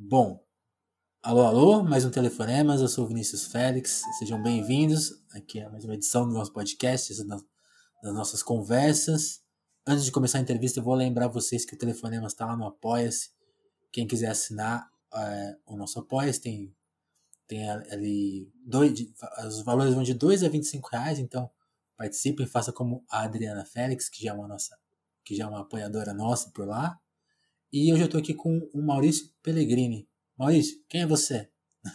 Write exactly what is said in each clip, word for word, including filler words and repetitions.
Bom, alô, alô, mais um Telefonemas, eu sou o Vinícius Félix, sejam bem-vindos, aqui é mais uma edição do nosso podcast, das nossas conversas. Antes de começar a entrevista, eu vou lembrar vocês que o Telefonemas está lá no Apoia-se. Quem quiser assinar é, o nosso Apoia-se, tem, tem ali, dois, os valores vão de dois a vinte e cinco reais, então participem, faça como a Adriana Félix, que já é uma, nossa, que já é uma apoiadora nossa por lá. E hoje eu estou aqui com o Maurício Pellegrini. Maurício, quem é você?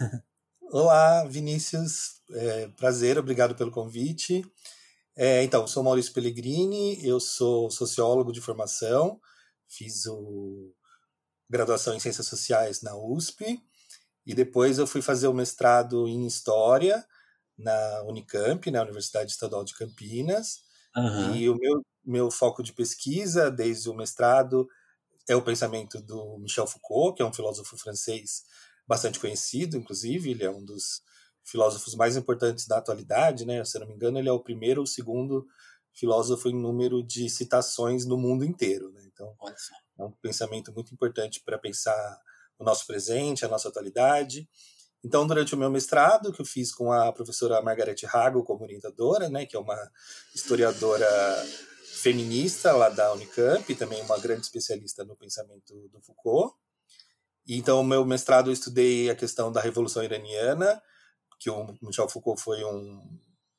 Olá, Vinícius. É, prazer, obrigado pelo convite. É, então, sou Maurício Pellegrini, eu sou sociólogo de formação, fiz o graduação em Ciências Sociais na U S P e depois eu fui fazer o mestrado em História na Unicamp, na Universidade Estadual de Campinas. Uhum. E o meu, meu foco de pesquisa, desde o mestrado, é o pensamento do Michel Foucault, que é um filósofo francês bastante conhecido, inclusive, ele é um dos filósofos mais importantes da atualidade, né? Se eu não me engano, ele é o primeiro ou segundo filósofo em número de citações no mundo inteiro, né? Então, é um pensamento muito importante para pensar o nosso presente, a nossa atualidade. Então, durante o meu mestrado, que eu fiz com a professora Margarete Hago como orientadora, né, que é uma historiadora feminista lá da Unicamp, também uma grande especialista no pensamento do Foucault. E, então, o meu mestrado eu estudei a questão da Revolução Iraniana, que o Michel Foucault foi um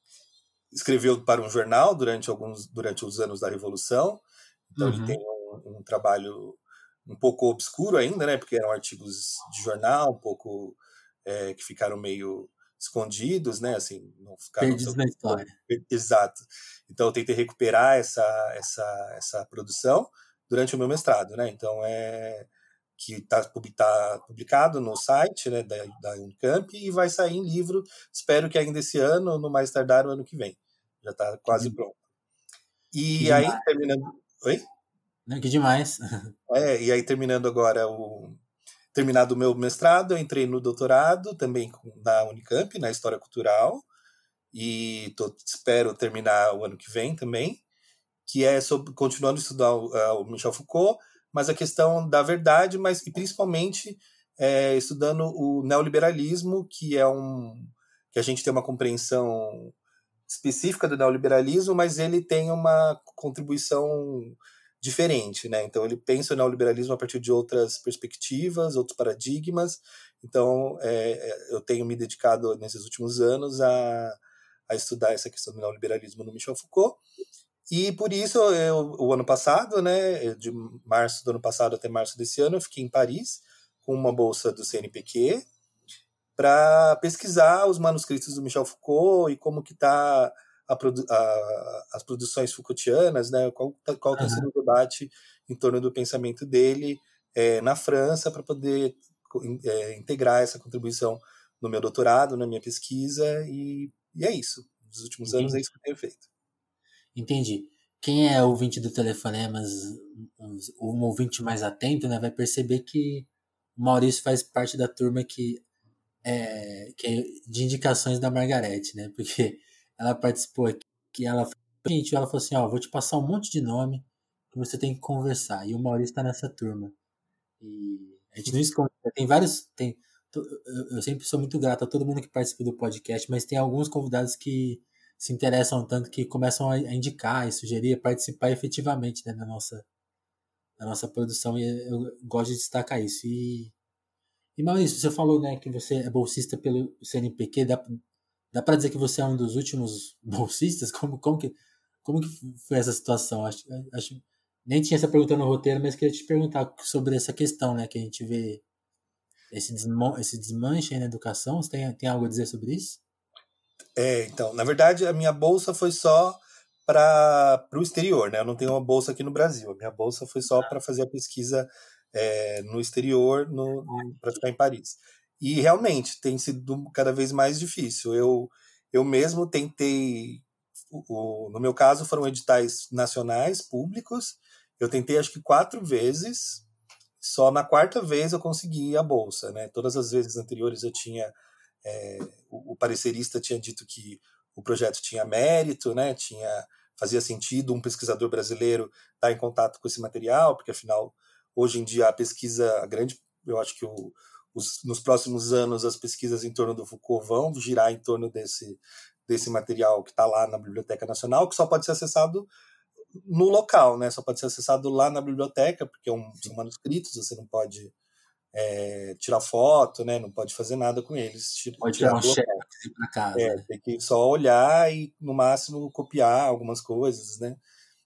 escreveu para um jornal durante alguns durante os anos da Revolução. Então, uhum. Ele tem um, um trabalho um pouco obscuro ainda, né, porque eram artigos de jornal, um pouco é, que ficaram meio escondidos, né, assim, não ficaram perdidos na história. Exato. Então eu tentei recuperar essa essa essa produção durante o meu mestrado, né? Então é que está tá publicado no site, né, da, da Unicamp e vai sair em livro. Espero que ainda esse ano, ou no mais tardar o ano que vem. Já está quase que pronto. E que aí demais. terminando, oi? Não, que demais. É, e aí terminando agora o terminado o meu mestrado, eu entrei no doutorado também na Unicamp, na História Cultural. E tô, espero terminar o ano que vem também, que é sobre, continuando a estudar o, uh, o Michel Foucault, mas a questão da verdade, mas e principalmente é, estudando o neoliberalismo, que é um que a gente tem uma compreensão específica do neoliberalismo, mas ele tem uma contribuição diferente, né? Então ele pensa o neoliberalismo a partir de outras perspectivas, outros paradigmas. Então é, eu tenho me dedicado nesses últimos anos a a estudar essa questão do neoliberalismo no Michel Foucault. E por isso, eu, o ano passado, né, de março do ano passado até março desse ano, eu fiquei em Paris com uma bolsa do C N P Q para pesquisar os manuscritos do Michel Foucault e como que está as produções Foucaultianas, né, qual, qual uhum. tem sido o debate em torno do pensamento dele é, na França, para poder é, integrar essa contribuição no meu doutorado, na minha pesquisa, e E é isso. Nos últimos Entendi. anos é isso que eu tenho feito. Entendi. Quem é ouvinte do Telefonemas, um ouvinte mais atento, né, vai perceber que o Maurício faz parte da turma que é, que é de indicações da Margarete, né? Porque ela participou aqui, que ela, gente, ela falou assim, ó, vou te passar um monte de nome que você tem que conversar. E o Maurício está nessa turma. E a gente não esconde. Tem vários, tem eu sempre sou muito grato a todo mundo que participa do podcast, mas tem alguns convidados que se interessam tanto que começam a indicar e sugerir, a participar efetivamente, né, da nossa, da nossa produção, e eu gosto de destacar isso. E, e Maurício, você falou, né, que você é bolsista pelo C N P Q, dá, dá para dizer que você é um dos últimos bolsistas? Como, como, que, como que foi essa situação? Acho, acho, nem tinha essa pergunta no roteiro, mas queria te perguntar sobre essa questão, né, que a gente vê Esse, desman esse desmanche na educação, você tem, tem algo a dizer sobre isso? É, então, na verdade, a minha bolsa foi só para o exterior, né? Eu não tenho uma bolsa aqui no Brasil. A minha bolsa foi só para fazer a pesquisa é, no exterior, no, no, para ficar em Paris. E realmente tem sido cada vez mais difícil. Eu, eu mesmo tentei, o, o, no meu caso, foram editais nacionais, públicos. Eu tentei acho que quatro vezes. Só na quarta vez eu consegui a bolsa, né? Todas as vezes anteriores eu tinha é, o, o parecerista tinha dito que o projeto tinha mérito, né? Tinha fazia sentido um pesquisador brasileiro estar em contato com esse material, porque afinal hoje em dia a pesquisa, a grande, eu acho que o, os, nos próximos anos as pesquisas em torno do Foucault vão girar em torno desse, desse material que está lá na Biblioteca Nacional, que só pode ser acessado no local, né? Só pode ser acessado lá na biblioteca, porque é um, são manuscritos, você não pode é, tirar foto, né? Não pode fazer nada com eles. Pode Tirar tirar um do xerox local. e ir para casa, É, né? tem que só olhar e, no máximo, copiar algumas coisas, né?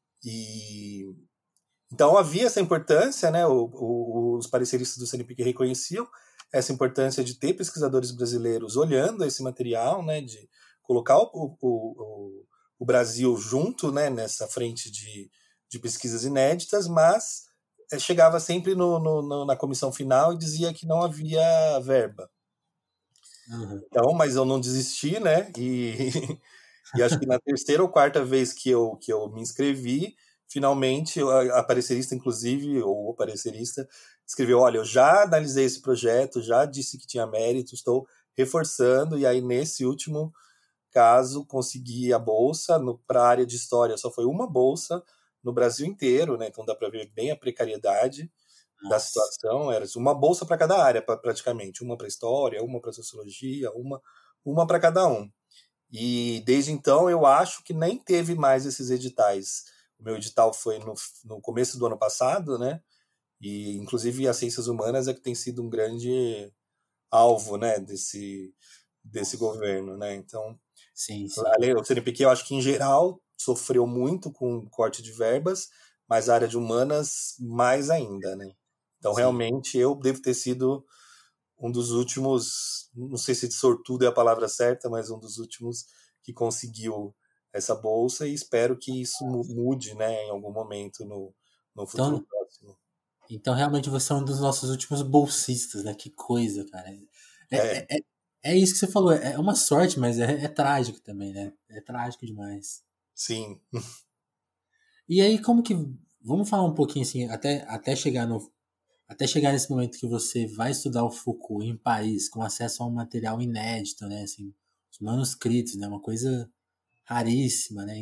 E então havia essa importância, né? O, o, os pareceristas do C N Pq reconheciam essa importância de ter pesquisadores brasileiros olhando esse material, né? De colocar o, o, o, o Brasil junto, né? Nessa frente de, de pesquisas inéditas, mas é, chegava sempre no, no, no, na comissão final e dizia que não havia verba. Uhum. Então, mas eu não desisti, né? E, e acho que na terceira ou quarta vez que eu, que eu me inscrevi, finalmente a, a parecerista, inclusive, ou o parecerista, escreveu: olha, eu já analisei esse projeto, já disse que tinha mérito, estou reforçando, e aí nesse último caso consegui a bolsa para a área de história. Só foi uma bolsa no Brasil inteiro, né? Então dá para ver bem a precariedade da Nossa. situação. Era uma bolsa para cada área, praticamente. Uma para história, uma para sociologia, uma, uma para cada um. E desde então eu acho que nem teve mais esses editais. O meu edital foi no, no começo do ano passado, né? E inclusive as ciências humanas é que tem sido um grande alvo, né, desse, desse governo, né? Então, Sim, sim. o C N Pq eu acho que em geral sofreu muito com corte de verbas, mas a área de humanas mais ainda, né? Então, Sim. realmente, eu devo ter sido um dos últimos, não sei se sortudo é a palavra certa, mas um dos últimos que conseguiu essa bolsa, e espero que isso mude, né, em algum momento no, no futuro Então, próximo. então, realmente, você é um dos nossos últimos bolsistas, né? Que coisa, cara. É, É, é, é, é isso que você falou. É uma sorte, mas é, é trágico também, né? É trágico demais. sim. E aí, como que... Vamos falar um pouquinho, assim, até, até chegar no... Até chegar nesse momento que você vai estudar o Foucault em Paris, com acesso a um material inédito, né? Assim, os manuscritos, né? Uma coisa raríssima, né?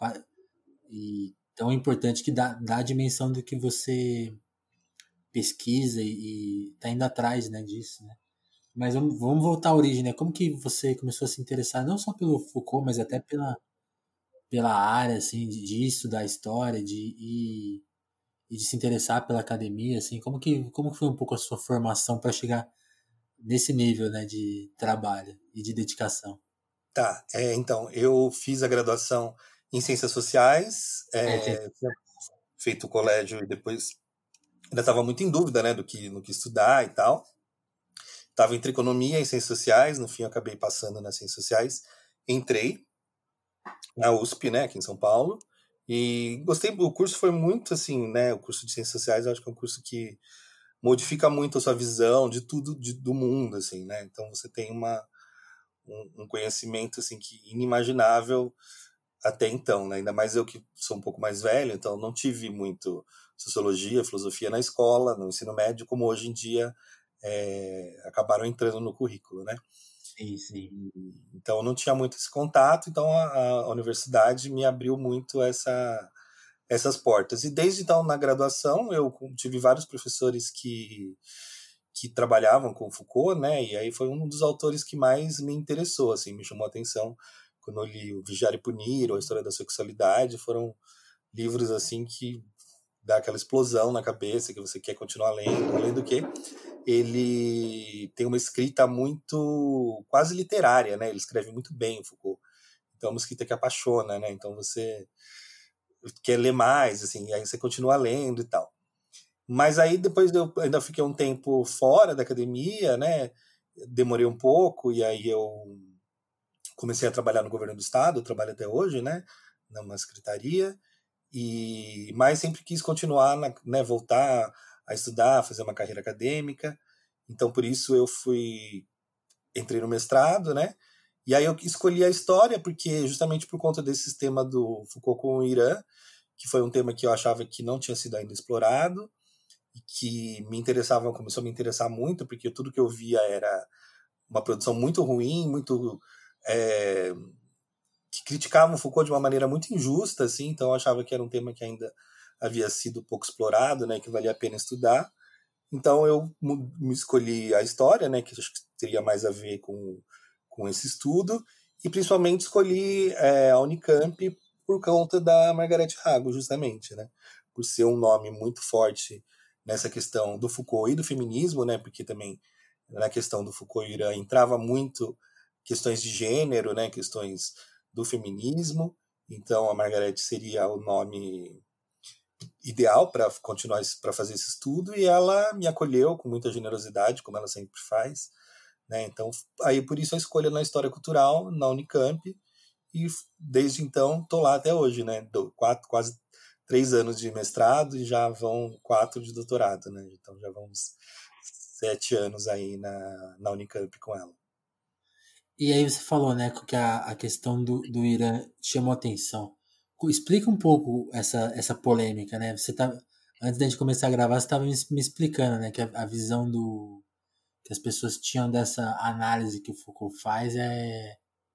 E tão importante que dá, dá a dimensão do que você pesquisa e, e tá indo atrás, né, disso, né? Mas vamos, vamos voltar à origem, né? Como que você começou a se interessar não só pelo Foucault, mas até pela, pela área, assim, de, de estudar história, de, e, e de se interessar pela academia, assim? Como que, como que foi um pouco a sua formação para chegar nesse nível, né, de trabalho e de dedicação? Tá, é, então, eu fiz a graduação em Ciências Sociais, É, é, feito o colégio e depois ainda estava muito em dúvida, né, do que, no que estudar e tal. Estava entre economia e ciências sociais, no fim eu acabei passando nas ciências sociais. Entrei na U S P, né, aqui em São Paulo, e gostei, o curso foi muito assim, né, o curso de ciências sociais eu acho que é um curso que modifica muito a sua visão de tudo de, do mundo, assim, né, então você tem uma, um, um conhecimento, assim, que inimaginável até então, né, ainda mais eu que sou um pouco mais velho, então não tive muito sociologia, filosofia na escola, no ensino médio, como hoje em dia é, acabaram entrando no currículo, né? sim, sim. Então eu não tinha muito esse contato, então a, a universidade me abriu muito essa, essas portas. E desde então, na graduação, eu tive vários professores que, que trabalhavam com Foucault, né? E aí foi um dos autores que mais me interessou, assim, me chamou a atenção quando eu li o Vigiar e Punir, ou a História da Sexualidade, foram livros assim que dá aquela explosão na cabeça, que você quer continuar lendo, além do que ele tem uma escrita muito quase literária, né? Ele escreve muito bem o Foucault. Então é uma escrita que apaixona, né? Então você quer ler mais, assim, e aí você continua lendo e tal. Mas aí depois eu ainda fiquei um tempo fora da academia, né? Demorei um pouco e aí eu comecei a trabalhar no governo do estado, eu trabalho até hoje, né? Numa secretaria. E mas sempre quis continuar, na, né, voltar a estudar, fazer uma carreira acadêmica. Então por isso eu fui entrei no mestrado, né? E aí eu escolhi a história porque justamente por conta desse tema do Foucault com o Irã, que foi um tema que eu achava que não tinha sido ainda explorado e que me interessava, começou a me interessar muito, porque tudo que eu via era uma produção muito ruim, muito é, que criticavam Foucault de uma maneira muito injusta, assim, então eu achava que era um tema que ainda havia sido pouco explorado, né, que valia a pena estudar. Então eu me escolhi a história, né, que acho que teria mais a ver com, com esse estudo, e principalmente escolhi é, a Unicamp por conta da Margaret Hago, justamente, né, por ser um nome muito forte nessa questão do Foucault e do feminismo, né, porque também na questão do Foucault e Irã entrava muito questões de gênero, né, questões do feminismo, então a Margaret seria o nome ideal para continuar para fazer esse estudo, e ela me acolheu com muita generosidade, como ela sempre faz, né? Então, aí por isso a escolha na história cultural na Unicamp, e desde então tô lá até hoje, né? Dou quatro, quase três anos de mestrado e já vão quatro de doutorado, né? Então já vamos sete anos aí na, na Unicamp com ela. E aí você falou, né, que a, a questão do, do Irã chamou atenção. Explica um pouco essa, essa polêmica, né? Você tá, antes da gente começar a gravar, você estava me, me explicando, né, que a, a visão do que as pessoas tinham dessa análise que o Foucault faz é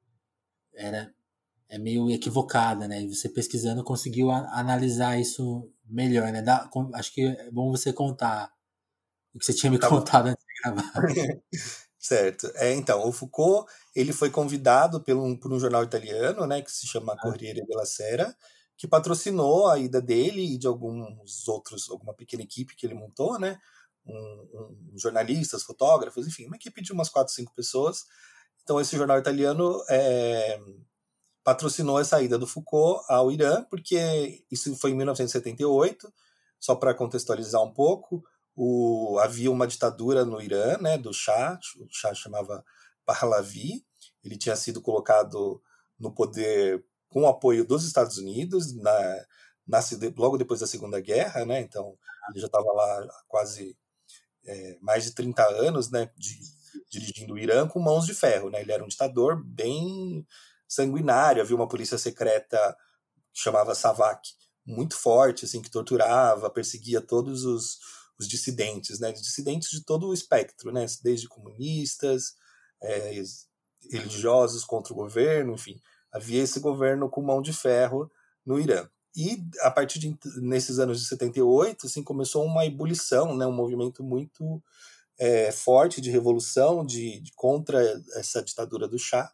era é meio equivocada, né? E você pesquisando conseguiu a, analisar isso melhor, né? Dá, com, acho que é bom você contar o que você tinha me Tá bom. contado antes de gravar. Certo. É, então, o Foucault, ele foi convidado por um, por um jornal italiano, né, que se chama Corriere della Sera, que patrocinou a ida dele e de alguns outros, alguma pequena equipe que ele montou, né, um, um, jornalistas, fotógrafos, enfim, uma equipe de umas quatro, cinco pessoas. Então, esse jornal italiano é, patrocinou essa ida do Foucault ao Irã, porque isso foi em mil novecentos e setenta e oito, só para contextualizar um pouco. O, havia uma ditadura no Irã, né, do Shah, o Shah chamava Pahlavi, ele tinha sido colocado no poder com o apoio dos Estados Unidos, na, na, logo depois da Segunda Guerra, né, então ele já estava lá há quase é, mais de trinta anos, né, de, dirigindo o Irã com mãos de ferro, né, ele era um ditador bem sanguinário, havia uma polícia secreta que chamava Savak, muito forte, assim, que torturava, perseguia todos os os dissidentes, né, dissidentes de todo o espectro, né, desde comunistas, é, religiosos contra o governo, enfim, havia esse governo com mão de ferro no Irã. E a partir de nesses anos de setenta e oito, assim, começou uma ebulição, né, um movimento muito é, forte de revolução, de, de contra essa ditadura do Shah.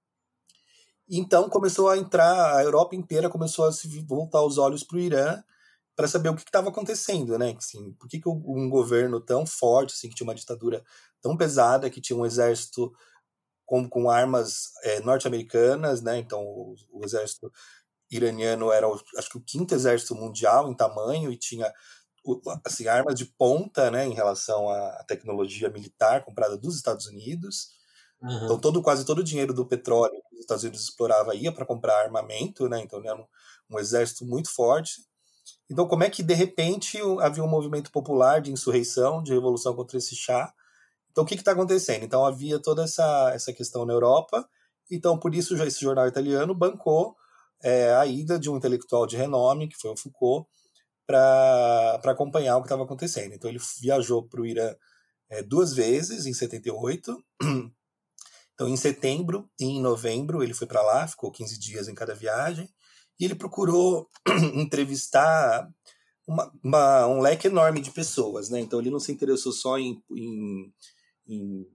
Então começou a entrar, a Europa inteira começou a se voltar os olhos para o Irã, para saber o que estava acontecendo, né? Assim, por que, que um governo tão forte, assim, que tinha uma ditadura tão pesada, que tinha um exército com, com armas é, norte-americanas, né? Então, o, o exército iraniano era, o, acho que, o quinto exército mundial em tamanho e tinha assim, armas de ponta, né? Em relação à tecnologia militar comprada dos Estados Unidos. Uhum. Então, todo, quase todo o dinheiro do petróleo que os Estados Unidos explorava ia para comprar armamento, né? Então, era um, um exército muito forte. Então, como é que, de repente, havia um movimento popular de insurreição, de revolução contra esse Shah? Então, o que está acontecendo? Então, havia toda essa, essa questão na Europa. Então, por isso, esse jornal italiano bancou é, a ida de um intelectual de renome, que foi o Foucault, para acompanhar o que estava acontecendo. Então, ele viajou para o Irã é, duas vezes, em setenta e oito. Então, em setembro e em novembro, ele foi para lá, ficou quinze dias em cada viagem. E ele procurou entrevistar uma, uma, um leque enorme de pessoas, né? Então ele não se interessou só em, em, em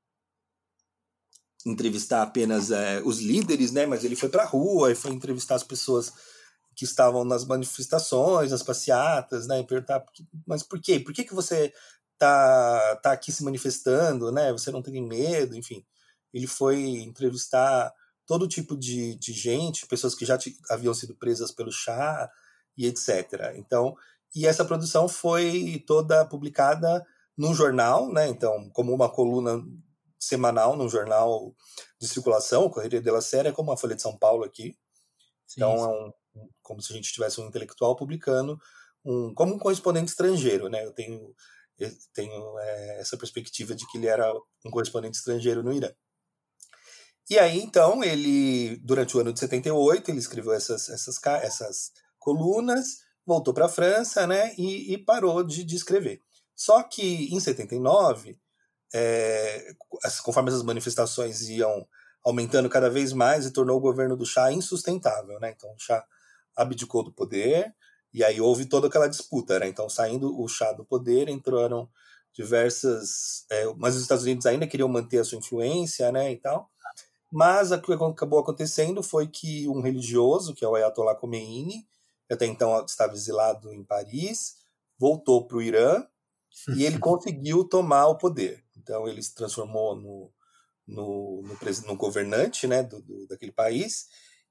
entrevistar apenas é, os líderes, né? Mas ele foi para a rua e foi entrevistar as pessoas que estavam nas manifestações, nas passeatas, né? E perguntar, mas por quê? Por que, que você tá, tá aqui se manifestando, né? Você não tem medo, enfim. Ele foi entrevistar todo tipo de, de gente, pessoas que já t- haviam sido presas pelo Shah e etcétera. Então, e essa produção foi toda publicada num jornal, né? Então, como uma coluna semanal num jornal de circulação, o Corriere della Sera, como a Folha de São Paulo aqui. Sim, então, sim. É um, como se a gente tivesse um intelectual publicando um, como um correspondente estrangeiro, né? Eu tenho, eu tenho é, essa perspectiva de que ele era um correspondente estrangeiro no Irã. E aí, então, ele, durante o ano de setenta e oito, ele escreveu essas, essas, essas colunas, voltou para a França, né, e, e parou de, de escrever. Só que, em setenta e nove, é, conforme essas manifestações iam aumentando cada vez mais, e tornou o governo do Shah insustentável, né? Então, o Shah abdicou do poder, e aí houve toda aquela disputa, né? Então, saindo o Shah do poder, entraram diversas... É, mas os Estados Unidos ainda queriam manter a sua influência, né, e tal. Mas o que acabou acontecendo foi que um religioso, que é o Ayatollah Khomeini, que até então estava exilado em Paris, voltou para o Irã e ele conseguiu tomar o poder. Então ele se transformou no, no, no, no governante, né, do, do, daquele país,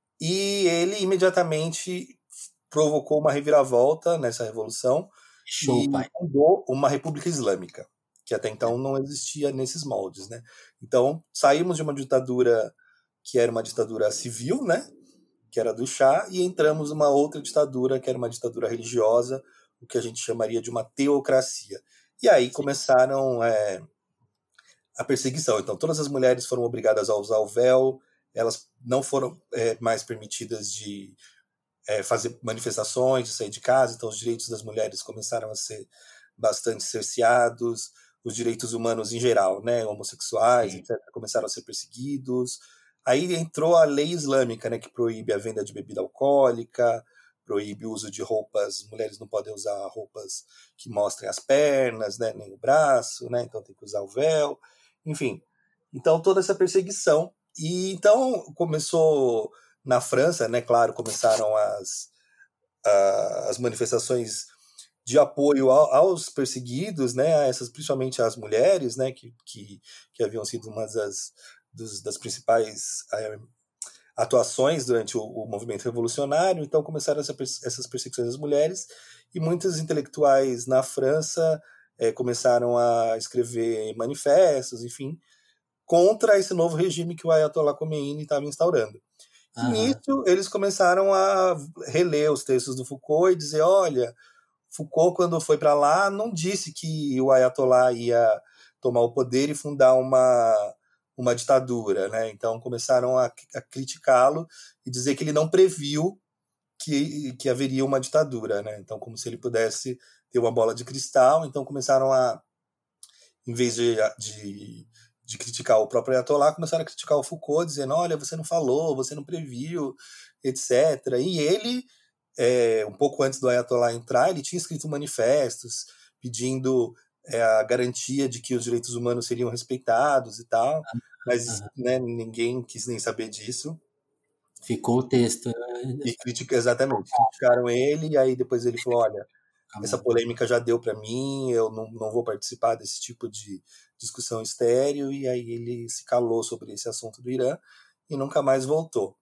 e ele imediatamente provocou uma reviravolta nessa revolução. Show, E pai. fundou uma república islâmica, que até então não existia nesses moldes, né? Então, saímos de uma ditadura que era uma ditadura civil, né? Que era do Shah, e entramos numa outra ditadura, que era uma ditadura religiosa, o que a gente chamaria de uma teocracia. E aí começaram é, a perseguição. Então, todas as mulheres foram obrigadas a usar o véu, elas não foram é, mais permitidas de é, fazer manifestações, de sair de casa, então os direitos das mulheres começaram a ser bastante cerceados, os direitos humanos em geral, né, homossexuais, Sim. etcétera, começaram a ser perseguidos. Aí entrou a lei islâmica, né, que proíbe a venda de bebida alcoólica, proíbe o uso de roupas, mulheres não podem usar roupas que mostrem as pernas, né, nem o braço, né, então tem que usar o véu, enfim. Então toda essa perseguição. E então começou na França, né, claro, começaram as, a, as manifestações de apoio aos perseguidos, né, a essas, principalmente às mulheres, né, que, que, que haviam sido uma das, dos, das principais é, atuações durante o, o movimento revolucionário. Então começaram essa, essas perseguições às mulheres, e muitos intelectuais na França é, começaram a escrever manifestos, enfim, contra esse novo regime que o Ayatollah Khomeini estava instaurando. E uhum. nisso eles começaram a reler os textos do Foucault e dizer, olha, Foucault, quando foi para lá, não disse que o Ayatollah ia tomar o poder e fundar uma, uma ditadura, né? Então começaram a, a criticá-lo e dizer que ele não previu que, que haveria uma ditadura, né? Então, como se ele pudesse ter uma bola de cristal. Então começaram a, em vez de, de, de criticar o próprio Ayatollah, começaram a criticar o Foucault, dizendo, olha, você não falou, você não previu, etcétera. E ele... É, um pouco antes do Ayatollah entrar, ele tinha escrito manifestos pedindo é, a garantia de que os direitos humanos seriam respeitados e tal, mas uhum. né, ninguém quis nem saber disso. Ficou o texto. E critica, exatamente, criticaram ele, e aí depois ele falou, olha, essa polêmica já deu para mim, eu não, não vou participar desse tipo de discussão estéril, e aí ele se calou sobre esse assunto do Irã e nunca mais voltou.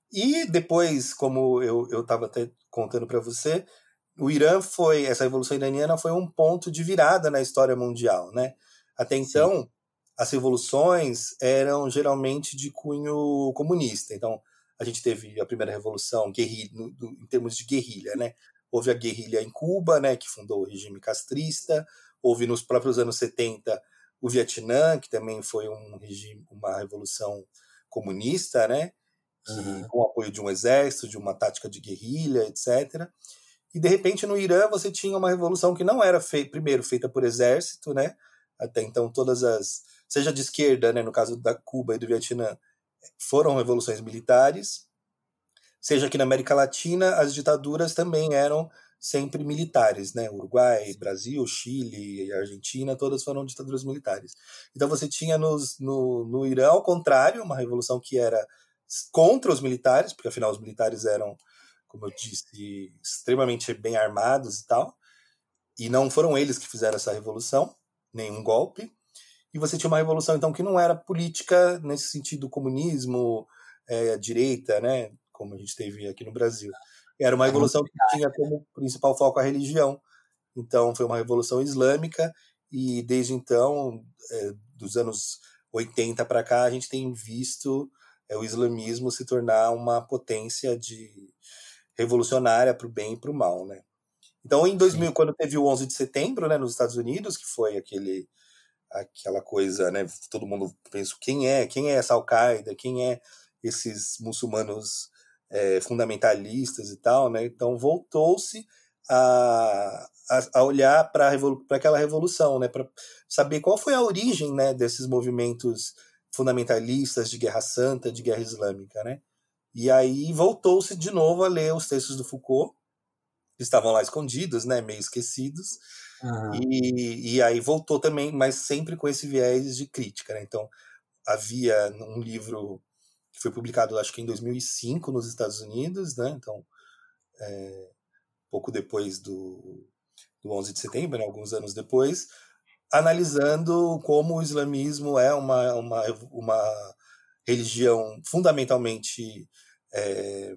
E depois, como eu estava até contando para você, o Irã foi, essa revolução iraniana foi um ponto de virada na história mundial, né? Até então, Sim. as revoluções eram geralmente de cunho comunista. Então, a gente teve a primeira revolução guerrilha, no, do, em termos de guerrilha, né? Houve a guerrilha em Cuba, né, que fundou o regime castrista. Houve nos próprios anos setenta o Vietnã, que também foi um regime, uma revolução comunista, né? Que, uhum. com o apoio de um exército, de uma tática de guerrilha, etcétera. E, de repente, no Irã, você tinha uma revolução que não era, fei- primeiro, feita por exército, né? Até então, todas as... Seja de esquerda, né, no caso da Cuba e do Vietnã, foram revoluções militares. Seja aqui na América Latina, as ditaduras também eram sempre militares, né? Uruguai, Brasil, Chile e Argentina, todas foram ditaduras militares. Então, você tinha nos, no, no Irã, ao contrário, uma revolução que era contra os militares, porque afinal os militares eram, como eu disse, extremamente bem armados e tal, e não foram eles que fizeram essa revolução, nenhum golpe. E você tinha uma revolução, então, que não era política nesse sentido comunismo, é, direita, né, como a gente teve aqui no Brasil. Era uma revolução que tinha como principal foco a religião. Então, foi uma revolução islâmica, e desde então, é, dos anos oitenta para cá, a gente tem visto é, o islamismo se tornar uma potência de revolucionária para o bem e para o mal, né? Então, em dois mil, Sim. quando teve o onze de setembro, né, nos Estados Unidos, que foi aquele, aquela coisa, né, todo mundo pensa, quem é, quem é essa Al-Qaeda, quem é esses muçulmanos é, fundamentalistas e tal, né? Então, voltou-se a, a, a olhar para revolu- aquela revolução, né, para saber qual foi a origem, né, desses movimentos fundamentalistas de guerra santa, de guerra islâmica, né? E aí voltou-se de novo a ler os textos do Foucault, que estavam lá escondidos, né, meio esquecidos, Aham. E, e aí voltou também, mas sempre com esse viés de crítica, né? Então, havia um livro que foi publicado, acho que em dois mil e cinco, nos Estados Unidos, né? Então, pouco depois do, do onze de setembro, né? Alguns anos depois, analisando como o islamismo é uma, uma, uma religião fundamentalmente é,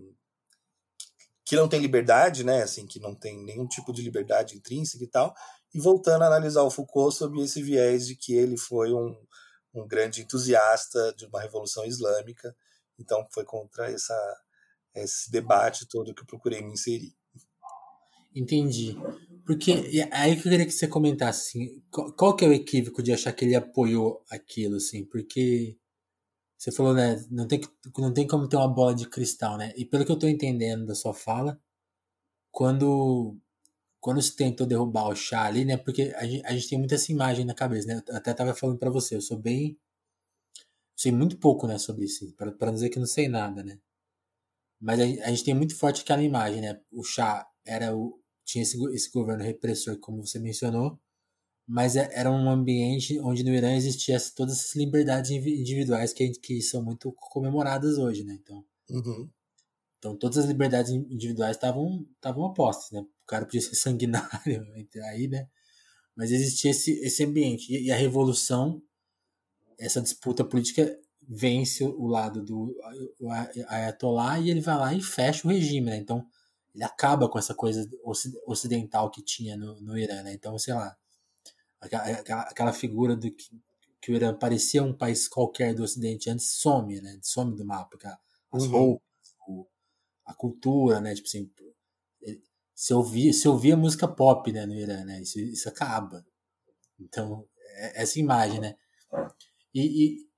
que não tem liberdade, né? Assim, que não tem nenhum tipo de liberdade intrínseca e tal, e voltando a analisar o Foucault sob esse viés de que ele foi um, um grande entusiasta de uma revolução islâmica, então foi contra essa, esse debate todo que eu procurei me inserir. Entendi. Porque e aí que eu queria que você comentasse, assim, qual, qual que é o equívoco de achar que ele apoiou aquilo, assim? Porque você falou, né, não tem, que, não tem como ter uma bola de cristal, né? E pelo que eu tô entendendo da sua fala, quando, quando se tentou derrubar o chá ali, né? Porque a gente, a gente tem muita essa imagem na cabeça, né? Eu até tava falando pra você, eu sou bem... sei muito pouco, né, sobre isso, pra, pra não dizer que eu não sei nada, né? Mas a, a gente tem muito forte aquela imagem, né? O chá era o... tinha esse, esse governo repressor, como você mencionou, mas é- era um ambiente onde no Irã existia todas essas liberdades individuais que, que são muito comemoradas hoje, né? Então, Uhum. então todas as liberdades individuais estavam estavam opostas, né? O cara podia ser sanguinário aí, né? Mas existia esse, esse ambiente. E, e a revolução, essa disputa política vence o lado do Ayatollah e ele vai lá e fecha o regime, né? Então, ele acaba com essa coisa ocidental que tinha no, no Irã, né? Então, sei lá, aquela, aquela figura do que, que o Irã parecia um país qualquer do Ocidente antes some, né? Some do mapa, as Uhum. roupas, a cultura, né? Tipo assim, se ouvia, se ouvia música pop, né, no Irã, né? Isso, isso acaba. Então, é, essa imagem, né? E, e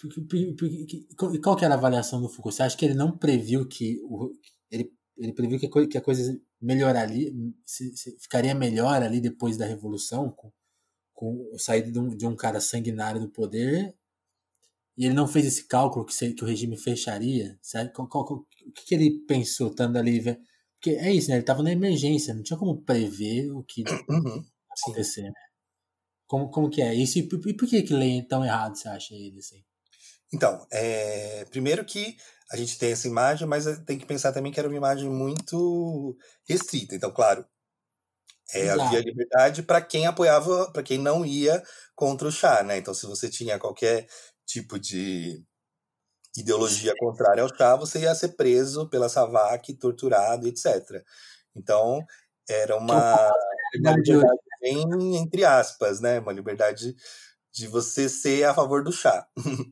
qual que era a avaliação do Foucault? Você acha que ele não previu que o, ele, ele previu que a, coisa, que a coisa melhoraria, se, se ficaria melhor ali depois da revolução, com, com a saída de um, de um cara sanguinário do poder, e ele não fez esse cálculo que, se, que o regime fecharia? Sabe? Qual, qual, o que, que ele pensou estando ali? Porque é isso, né? Ele estava na emergência, não tinha como prever o que ia Uhum. Sim. acontecer, né? Como, como que é isso? E por, e por que que lê tão errado, você acha ele, assim? Então, é, primeiro que a gente tem essa imagem, mas tem que pensar também que era uma imagem muito restrita. Então, claro, é, havia Exato. liberdade para quem apoiava, para quem não ia contra o Shah, né? Então, se você tinha qualquer tipo de ideologia contrária ao Shah, você ia ser preso pela Savak, torturado, etcétera. Então, era Que é o uma, famoso uma realidade hoje. liberdade bem entre aspas, né? Uma liberdade de você ser a favor do Shah.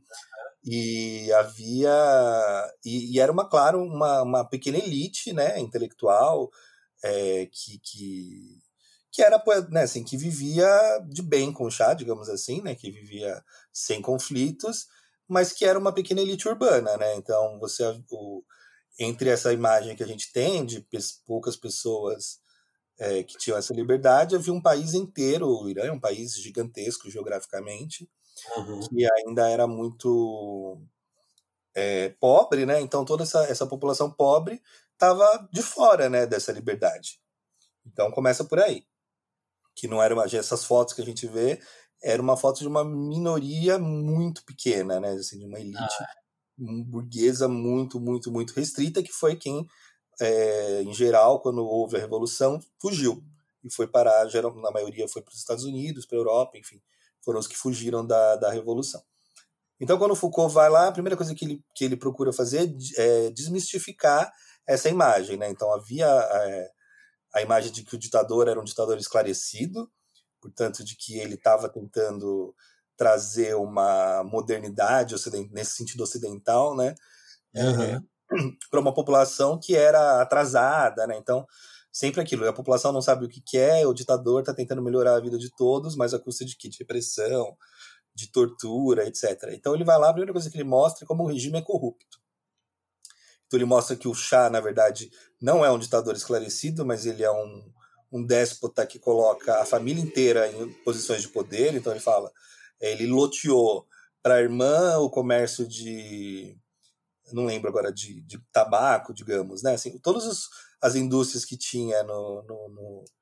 E havia. E, e era uma, claro, uma, uma pequena elite, né, intelectual, é, que, que, que era, né, assim, que vivia de bem com o chá, digamos assim, né, que vivia sem conflitos, mas que era uma pequena elite urbana, né? Então, você, o, entre essa imagem que a gente tem de poucas pessoas é, que tinham essa liberdade, havia um país inteiro, o Irã é um país gigantesco geograficamente, Uhum. que ainda era muito é, pobre, né? Então toda essa, essa população pobre estava de fora, né, dessa liberdade. Então começa por aí, que não era uma, essas fotos que a gente vê era uma foto de uma minoria muito pequena, né, assim, de uma elite Ah, burguesa muito, muito, muito restrita, que foi quem, é, em geral, quando houve a revolução, fugiu e foi parar, geral, na maioria foi para os Estados Unidos, para a Europa, enfim, foram os que fugiram da, da revolução. Então, quando o Foucault vai lá, a primeira coisa que ele, que ele procura fazer é desmistificar essa imagem, né? Então, havia é, a imagem de que o ditador era um ditador esclarecido, portanto, de que ele estava tentando trazer uma modernidade nesse sentido ocidental, né? É, uhum. para uma população que era atrasada, né? Então, sempre aquilo, a população não sabe o que quer, o ditador está tentando melhorar a vida de todos, mas a custa de quê? De repressão, de tortura, etcétera. Então ele vai lá, a primeira coisa que ele mostra é como o regime é corrupto. Então ele mostra que o Shah, na verdade, não é um ditador esclarecido, mas ele é um, um déspota que coloca a família inteira em posições de poder. Então ele fala, ele loteou para a irmã o comércio de, não lembro agora, de, de tabaco, digamos, né? Assim, todas os, as indústrias que tinha no, no, no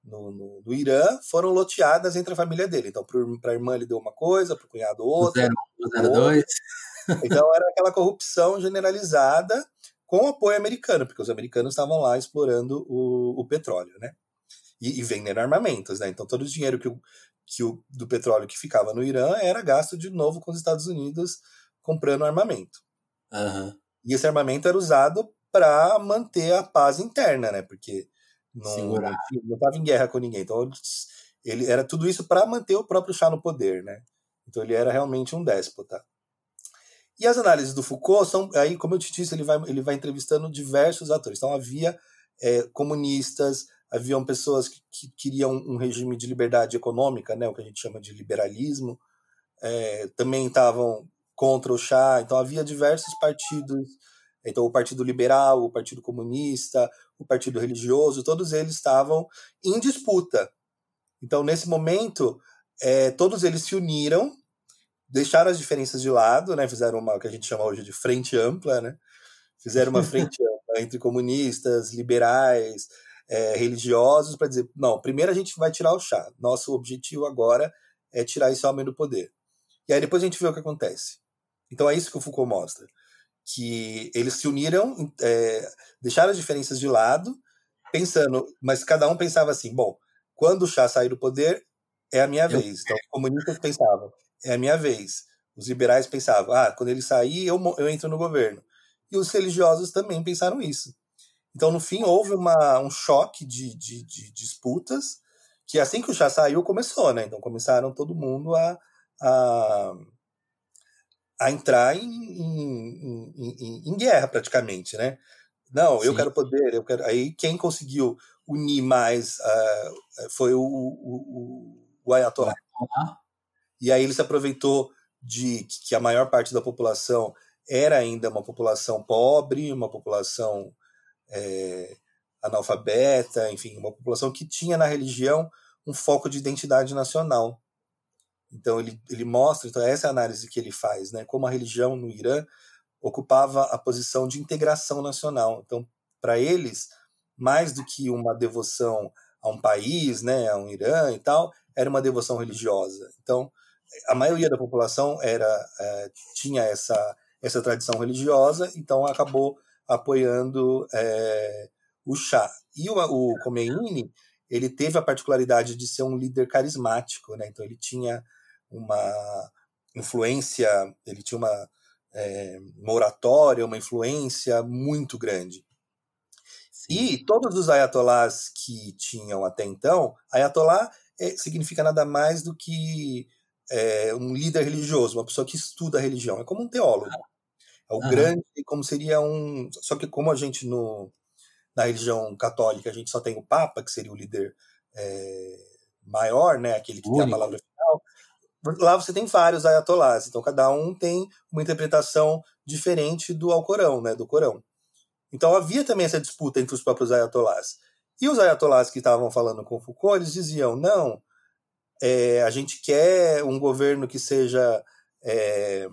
no, no, no Irã foram loteadas entre a família dele. Então, para a irmã ele deu uma coisa, para o cunhado O outra, zero um, o zero outra. dois. Então, era aquela corrupção generalizada com apoio americano, porque os americanos estavam lá explorando o, o petróleo, né? E, e vendendo armamentos, né? Então, todo o dinheiro que o, que o, do petróleo que ficava no Irã era gasto de novo com os Estados Unidos comprando armamento. Uhum. E esse armamento era usado para manter a paz interna, né? Porque não Segurar. não estava em guerra com ninguém. Então ele era tudo isso para manter o próprio Shah no poder, né? Então ele era realmente um déspota. E as análises do Foucault são, aí como eu te disse, ele vai ele vai entrevistando diversos atores. Então havia é, comunistas, haviam pessoas que, que queriam um regime de liberdade econômica, né? O que a gente chama de liberalismo. É, também estavam contra o Shah, então havia diversos partidos, então o Partido Liberal, o Partido Comunista, o Partido Religioso, todos eles estavam em disputa. Então, nesse momento, é, todos eles se uniram, deixaram as diferenças de lado, né, fizeram uma, o que a gente chama hoje de frente ampla, né, fizeram uma frente ampla entre comunistas, liberais, é, religiosos, para dizer, não, primeiro a gente vai tirar o Shah, nosso objetivo agora é tirar esse homem do poder. E aí depois a gente vê o que acontece. Então é isso que o Foucault mostra. Que eles se uniram, é, deixaram as diferenças de lado, pensando, mas cada um pensava assim, bom, quando o Shah sair do poder, é a minha Eu, vez. Então os comunistas pensavam, é a minha vez. Os liberais pensavam, ah, quando ele sair, eu, eu entro no governo. E os religiosos também pensaram isso. Então, no fim, houve uma, um choque de, de, de disputas, que assim que o Shah saiu, começou, né? Então começaram todo mundo a A, a entrar em, em, em, em guerra praticamente, né? Não, eu sim. quero poder, eu quero. Aí quem conseguiu unir mais uh, foi o, o, o Ayatollah. Uhum. E aí ele se aproveitou de que a maior parte da população era ainda uma população pobre, uma população é, analfabeta, enfim, uma população que tinha na religião um foco de identidade nacional. Então ele, ele mostra, então essa é a análise que ele faz, né? Como a religião no Irã ocupava a posição de integração nacional. Então, para eles, mais do que uma devoção a um país, né, a um Irã e tal, era uma devoção religiosa. Então, a maioria da população era é, tinha essa essa tradição religiosa, então acabou apoiando é, o Shah. E o, o Khomeini, ele teve a particularidade de ser um líder carismático, né? Então ele tinha uma influência, ele tinha uma, é, uma oratória, uma influência muito grande. Sim. E todos os ayatolás que tinham até então, ayatolá é, significa nada mais do que é, um líder religioso, uma pessoa que estuda a religião, é como um teólogo. É o Uhum. grande, como seria um... Só que como a gente no, na religião católica, a gente só tem o Papa, que seria o líder é, maior, né, aquele que tem a palavra final. Lá você tem vários ayatolás, então cada um tem uma interpretação diferente do Alcorão, né, do Corão. Então havia também essa disputa entre os próprios ayatolás. E os ayatolás que estavam falando com Foucault, eles diziam, não, é, a gente quer um governo que seja é,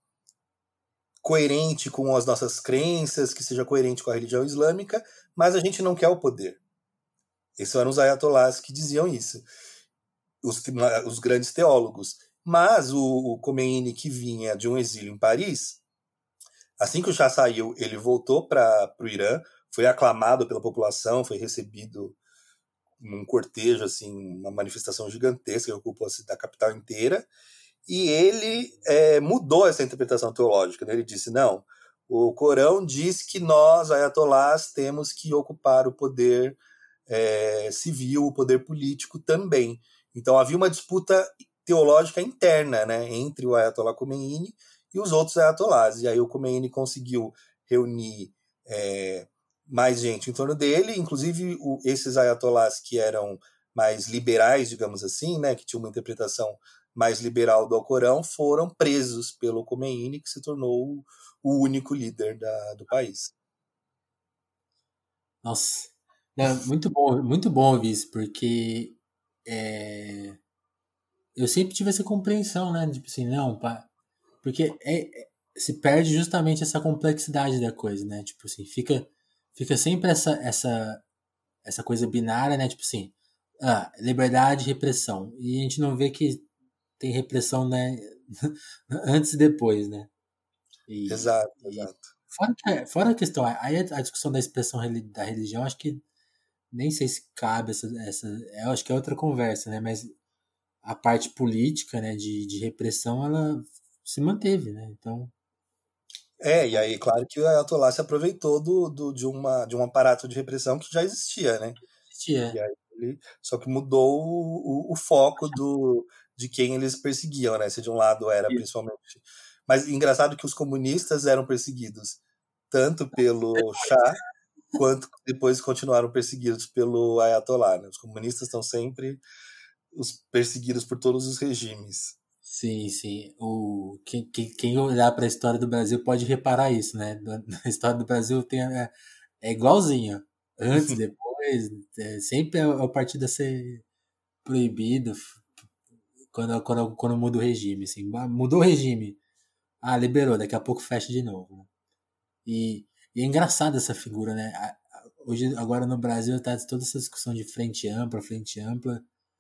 coerente com as nossas crenças, que seja coerente com a religião islâmica, mas a gente não quer o poder. Esses eram os ayatolás que diziam isso. Os, os grandes teólogos. Mas o, o Khomeini, que vinha de um exílio em Paris, assim que o Shah saiu, ele voltou para o Irã, foi aclamado pela população, foi recebido num cortejo, assim, uma manifestação gigantesca que ocupou a capital inteira, e ele é, mudou essa interpretação teológica. Né? Ele disse, não, o Corão diz que nós, ayatolás, temos que ocupar o poder é, civil, o poder político também. Então havia uma disputa teológica interna, né, entre o Ayatollah Khomeini e os outros ayatolás. E aí o Khomeini conseguiu reunir é, mais gente em torno dele, inclusive o, esses ayatolás que eram mais liberais, digamos assim, né, que tinham uma interpretação mais liberal do Alcorão, foram presos pelo Khomeini, que se tornou o, o único líder da, do país. Nossa, é muito bom, muito bom ouvir isso, porque é, eu sempre tive essa compreensão, né? Tipo assim, não, pá, porque é, é- se perde justamente essa complexidade da coisa, né? Tipo assim, fica, fica sempre essa, essa, essa coisa binária, né? Tipo assim, Ah, liberdade e repressão. E a gente não vê que tem repressão, né, antes e depois, né? E, Exato, e exato. fora, que- fora a questão, aí a discussão da expressão reli- da religião, acho que nem sei se cabe essa, essa, eu acho que é outra conversa, né? Mas a parte política, né, de, de repressão, ela se manteve, né? Então, É, e não aí, claro que o Ayatollah se aproveitou do, do, de, uma, de um aparato de repressão que já existia, né? E existia. aí ele, só que mudou o, o, o foco do, de quem eles perseguiam, né? Se de um lado era principalmente. Mas engraçado que os comunistas eram perseguidos tanto pelo Shah quanto depois continuaram perseguidos pelo Ayatollah, né? Os comunistas estão sempre os perseguidos por todos os regimes. Sim, sim. O, quem, quem, quem olhar para a história do Brasil pode reparar isso, né? Na história do Brasil tem, é, é igualzinho. Antes, depois, é, sempre é o partido a ser proibido quando, quando, quando muda o regime. Assim. Ah, mudou o regime. Ah, liberou, daqui a pouco fecha de novo. Né? E, e é engraçado essa figura, né? A- a- Hoje, agora no Brasil, tá toda essa discussão de frente ampla, frente ampla.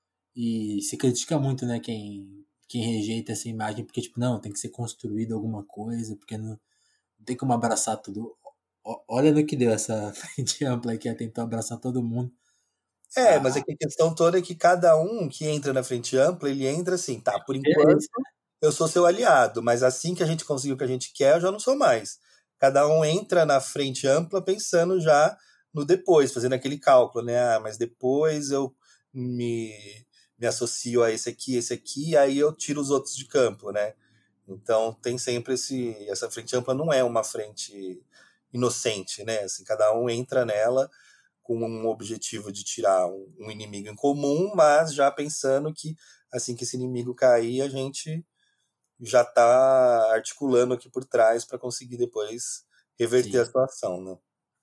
E se critica muito, né, quem, quem rejeita essa imagem, porque, tipo, não, tem que ser construído alguma coisa, porque não, não tem como abraçar tudo. O- Olha no que deu essa frente ampla que tentou abraçar todo mundo. É, mas é Ah, que a questão toda é que cada um que entra na frente ampla, ele entra assim, tá, por enquanto interesse. eu sou seu aliado, mas assim que a gente conseguir o que a gente quer, eu já não sou mais. Cada um entra na frente ampla pensando já no depois, fazendo aquele cálculo, né? Ah, mas depois eu me, me associo a esse aqui, esse aqui, aí eu tiro os outros de campo, né? Então tem sempre esse. Essa frente ampla não é uma frente inocente, né? Assim, cada um entra nela com um objetivo de tirar um, um inimigo em comum, mas já pensando que assim que esse inimigo cair, a gente já está articulando aqui por trás para conseguir depois reverter a Sim. situação, né?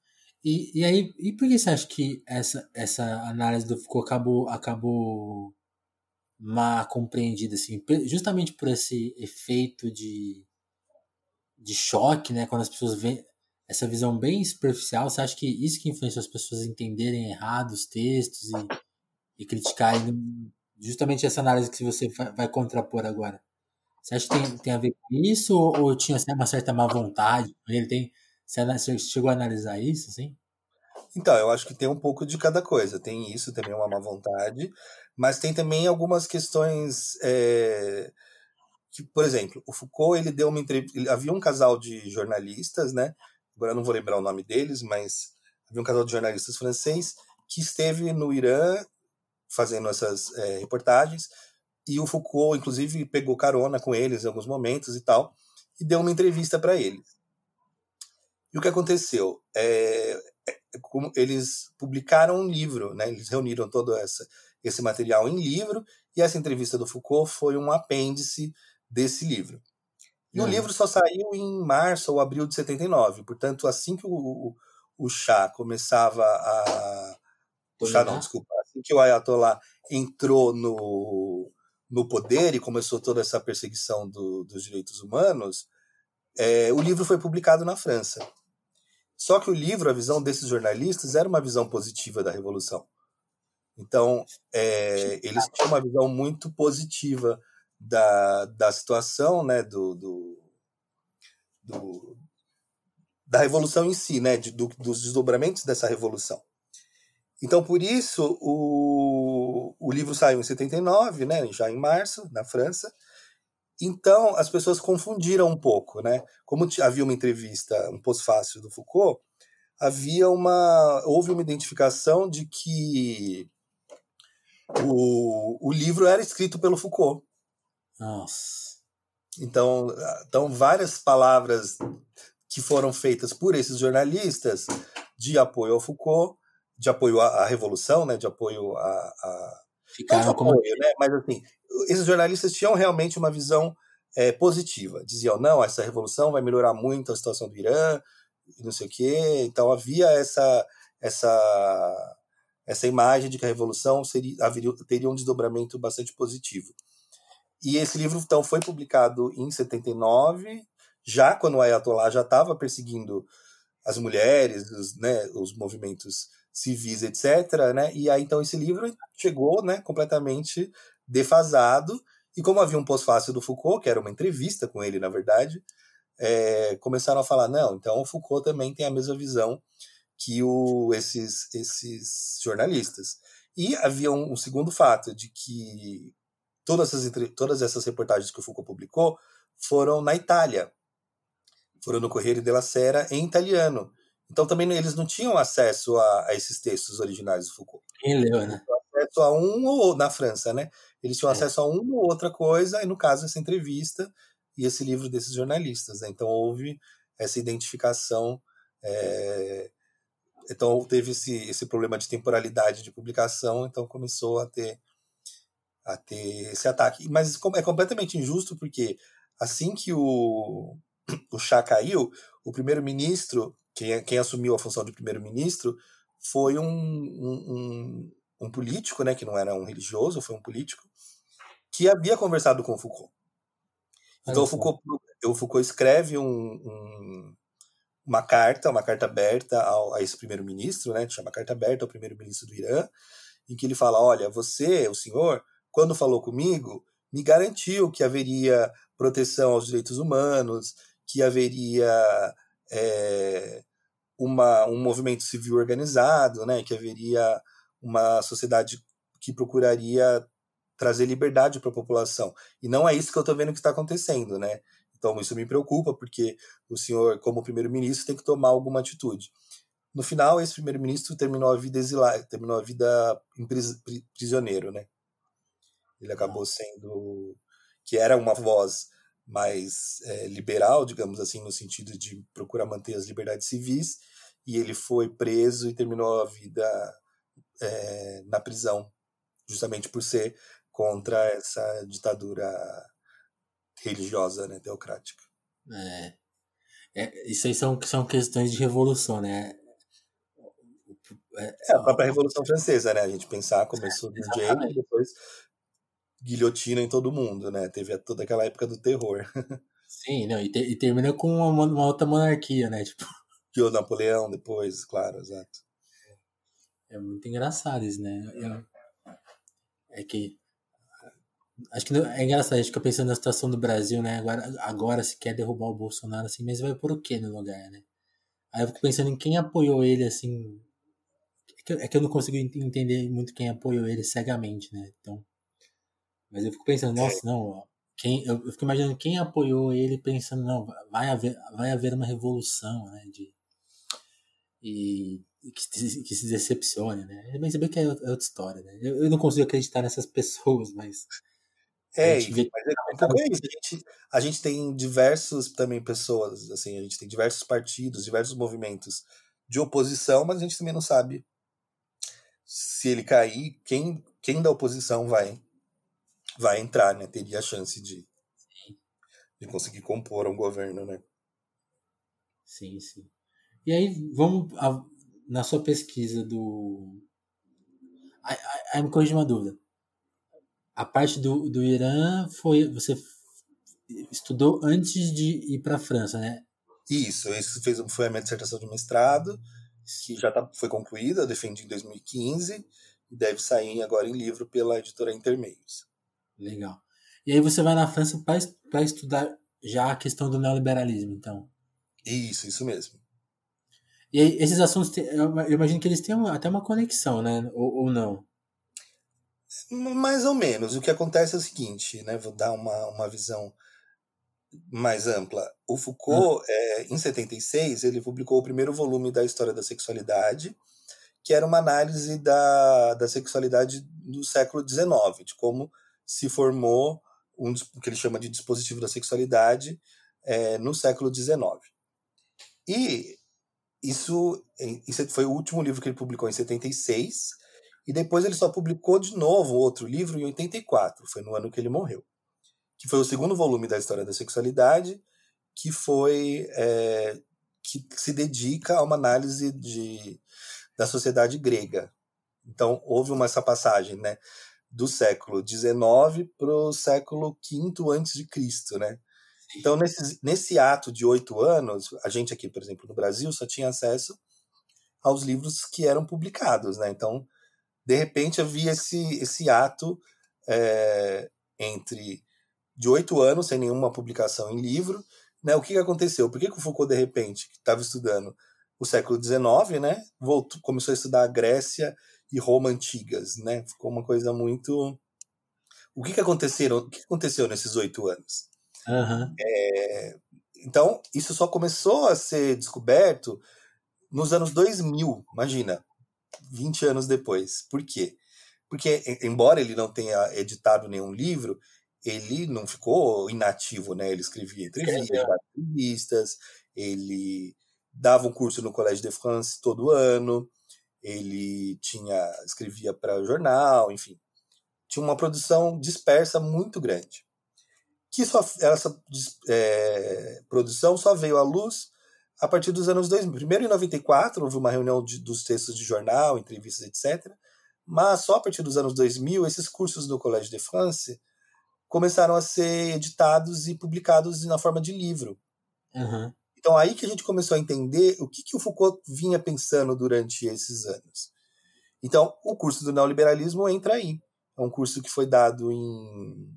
E, e aí, e por que você acha que essa, essa análise do Foucault acabou, acabou mal compreendida, assim? Pe- Justamente por esse efeito de, de choque, né? Quando as pessoas veem essa visão bem superficial, você acha que isso que influenciou as pessoas a entenderem errado os textos e, e criticarem justamente essa análise que você vai, vai contrapor agora? Você acha que tem, tem a ver com isso ou, ou tinha assim, uma certa má vontade? Ele tem, você ana- você chegou a analisar isso, assim? Então, eu acho que tem um pouco de cada coisa. Tem isso, também uma má vontade, mas tem também algumas questões é, que, por exemplo, o Foucault ele deu uma entrevista. Havia um casal de jornalistas, né? Agora eu não vou lembrar o nome deles, mas havia um casal de jornalistas francês que esteve no Irã fazendo essas é, reportagens e o Foucault, inclusive, pegou carona com eles em alguns momentos e tal e deu uma entrevista para eles. E o que aconteceu? É, é, como eles publicaram um livro, né? Eles reuniram todo essa, esse material em livro e essa entrevista do Foucault foi um apêndice desse livro. E o Aham. livro só saiu em março ou abril de setenta e nove. Portanto, assim que o, o, o Shah começava a. O Shah não, Dominar? desculpa. Assim que o Ayatollah entrou no, no poder e começou toda essa perseguição do, dos direitos humanos, é, o livro foi publicado na França. Só que o livro, a visão desses jornalistas, era uma visão positiva da Revolução. Então, é, eles tinham uma visão muito positiva da, da situação, né, do, do, do, da revolução em si, né, de, do, dos desdobramentos dessa revolução. Então, por isso, o, o livro saiu em setenta e nove, né, já em março, na França. Então, as pessoas confundiram um pouco, né? Como havia uma entrevista, um pós-fácil do Foucault, havia uma, houve uma identificação de que o, o livro era escrito pelo Foucault. Nossa. Então, então, várias palavras que foram feitas por esses jornalistas de apoio ao Foucault, de apoio à, à revolução, né, de apoio a, a não de Ficaram como. apoio, né, mas assim, esses jornalistas tinham realmente uma visão é, positiva. Diziam, não, essa revolução vai melhorar muito a situação do Irã, e não sei o quê. Então havia essa essa essa imagem de que a revolução seria, haveria, teria um desdobramento bastante positivo. E esse livro, então, foi publicado em setenta e nove, já quando o Ayatollah já estava perseguindo as mulheres, os, né, os movimentos civis, etcétera, né? E aí, então, esse livro chegou, né, completamente defasado, e como havia um pós-fácil do Foucault, que era uma entrevista com ele, na verdade, é, começaram a falar, não, então o Foucault também tem a mesma visão que o, esses, esses jornalistas. E havia um, um segundo fato, de que todas essas, todas essas reportagens que o Foucault publicou foram na Itália, foram no Corriere della Sera em italiano. Então também eles não tinham acesso a, a esses textos originais do Foucault. Quem leu, né? Acesso a um ou na França, né? Eles tinham É. acesso a uma ou outra coisa, e no caso essa entrevista e esse livro desses jornalistas, né? Então houve essa identificação, é... então teve esse, esse problema de temporalidade de publicação, então começou a ter a ter esse ataque. Mas é completamente injusto, porque assim que o, o Shah caiu, o primeiro-ministro, quem, quem assumiu a função de primeiro-ministro, foi um, um, um, um político, né, que não era um religioso, foi um político, que havia conversado com o Foucault. Então o Foucault, o Foucault escreve um, um, uma carta, uma carta aberta ao, a esse primeiro-ministro, né, que chama Carta Aberta ao primeiro-ministro do Irã, em que ele fala, olha, você, o senhor, quando falou comigo, me garantiu que haveria proteção aos direitos humanos, que haveria é, uma, um movimento civil organizado, né, que haveria uma sociedade que procuraria trazer liberdade para a população. E não é isso que eu estou vendo que está acontecendo, né? Então isso me preocupa, porque o senhor, como primeiro-ministro, tem que tomar alguma atitude. No final, esse primeiro-ministro terminou a vida exilado, terminou a vida em pris, prisioneiro, né? Ele acabou sendo, que era uma voz mais é, liberal, digamos assim, no sentido de procurar manter as liberdades civis, e ele foi preso e terminou a vida é, na prisão, justamente por ser contra essa ditadura religiosa, né, teocrática. É, é, isso aí são, são questões de revolução, né? É, é a própria Revolução Francesa, né? A gente pensar, começou de um jeito e depois guilhotina em todo mundo, né? Teve toda aquela época do terror. Sim, não, e, te, e termina com uma, uma outra monarquia, né? Tipo... Que o Napoleão depois, claro, exato. É muito engraçado isso, né? É, é que... Acho que não, é engraçado, a gente fica pensando na situação do Brasil, né? Agora, agora se quer derrubar o Bolsonaro, assim, mas vai por o quê no lugar, né? Aí eu fico pensando em quem apoiou ele, assim... É que, é que eu não consigo entender muito quem apoiou ele cegamente, né? Então... Mas eu fico pensando, nossa, não... Quem, eu, eu fico imaginando quem apoiou ele pensando, não, vai haver, vai haver uma revolução, né? De, e que, que se decepcione, né? Mas saber que é outra história, né? Eu, eu não consigo acreditar nessas pessoas, mas... É, enfim, mas é, um pouco é isso. A gente, a gente tem diversos também pessoas, assim, a gente tem diversos partidos, diversos movimentos de oposição, mas a gente também não sabe se ele cair, quem, quem da oposição vai, vai entrar, né? Teria a chance de, de conseguir compor um governo, né? Sim, sim. E aí, vamos a, na sua pesquisa do... Aí, aí me corrija uma dúvida. A parte do, do Irã foi... Você estudou antes de ir para a França, né? Isso, isso fez, foi a minha dissertação de mestrado, que já tá, foi concluída, eu defendi em dois mil e quinze, e deve sair agora em livro pela editora Intermeios. Legal. E aí você vai na França para estudar já a questão do neoliberalismo, então? Isso, isso mesmo. E aí, esses assuntos, eu imagino que eles tenham até uma conexão, né? Ou, ou não? Mais ou menos. O que acontece é o seguinte, né? Vou dar uma, uma visão mais ampla. O Foucault, ah. é, em setenta e seis, ele publicou o primeiro volume da História da Sexualidade, que era uma análise da, da sexualidade do século dezenove, de como se formou um, o que ele chama de dispositivo da sexualidade é, no século dezenove. E isso, isso foi o último livro que ele publicou em setenta e seis, e depois ele só publicou de novo outro livro em oitenta e quatro, foi no ano que ele morreu, que foi o segundo volume da História da Sexualidade, que foi é, que se dedica a uma análise de, da sociedade grega. Então houve uma essa passagem, né, do século dezenove para o século quinto antes de Cristo, né? Então nesse, nesse ato de oito anos, a gente aqui, por exemplo, no Brasil, só tinha acesso aos livros que eram publicados, né? Então, de repente, havia esse, esse ato é, entre de oito anos sem nenhuma publicação em livro, né? O que, que aconteceu? Por que, que o Foucault, de repente, que estava estudando o século dezenove, né, voltou, começou a estudar a Grécia e Roma antigas, né? Ficou uma coisa muito... O que, que, aconteceram, o que, que aconteceu nesses oito anos? Uhum. É... Então, isso só começou a ser descoberto nos anos dois mil, imagina, vinte anos depois. Por quê? Porque, embora ele não tenha editado nenhum livro, ele não ficou inativo, né? Ele escrevia entrevistas, ele dava um curso no Collège de France todo ano, ele tinha escrevia para jornal, enfim. Tinha uma produção dispersa muito grande. Que só, essa é, produção só veio à luz a partir dos anos dois mil. Primeiro, em noventa e quatro, houve uma reunião de, dos textos de jornal, entrevistas, etcétera. Mas só a partir dos anos dois mil, esses cursos do Collège de France começaram a ser editados e publicados na forma de livro. Uhum. Então, aí que a gente começou a entender o que, que o Foucault vinha pensando durante esses anos. Então, o curso do neoliberalismo entra aí. É um curso que foi dado em,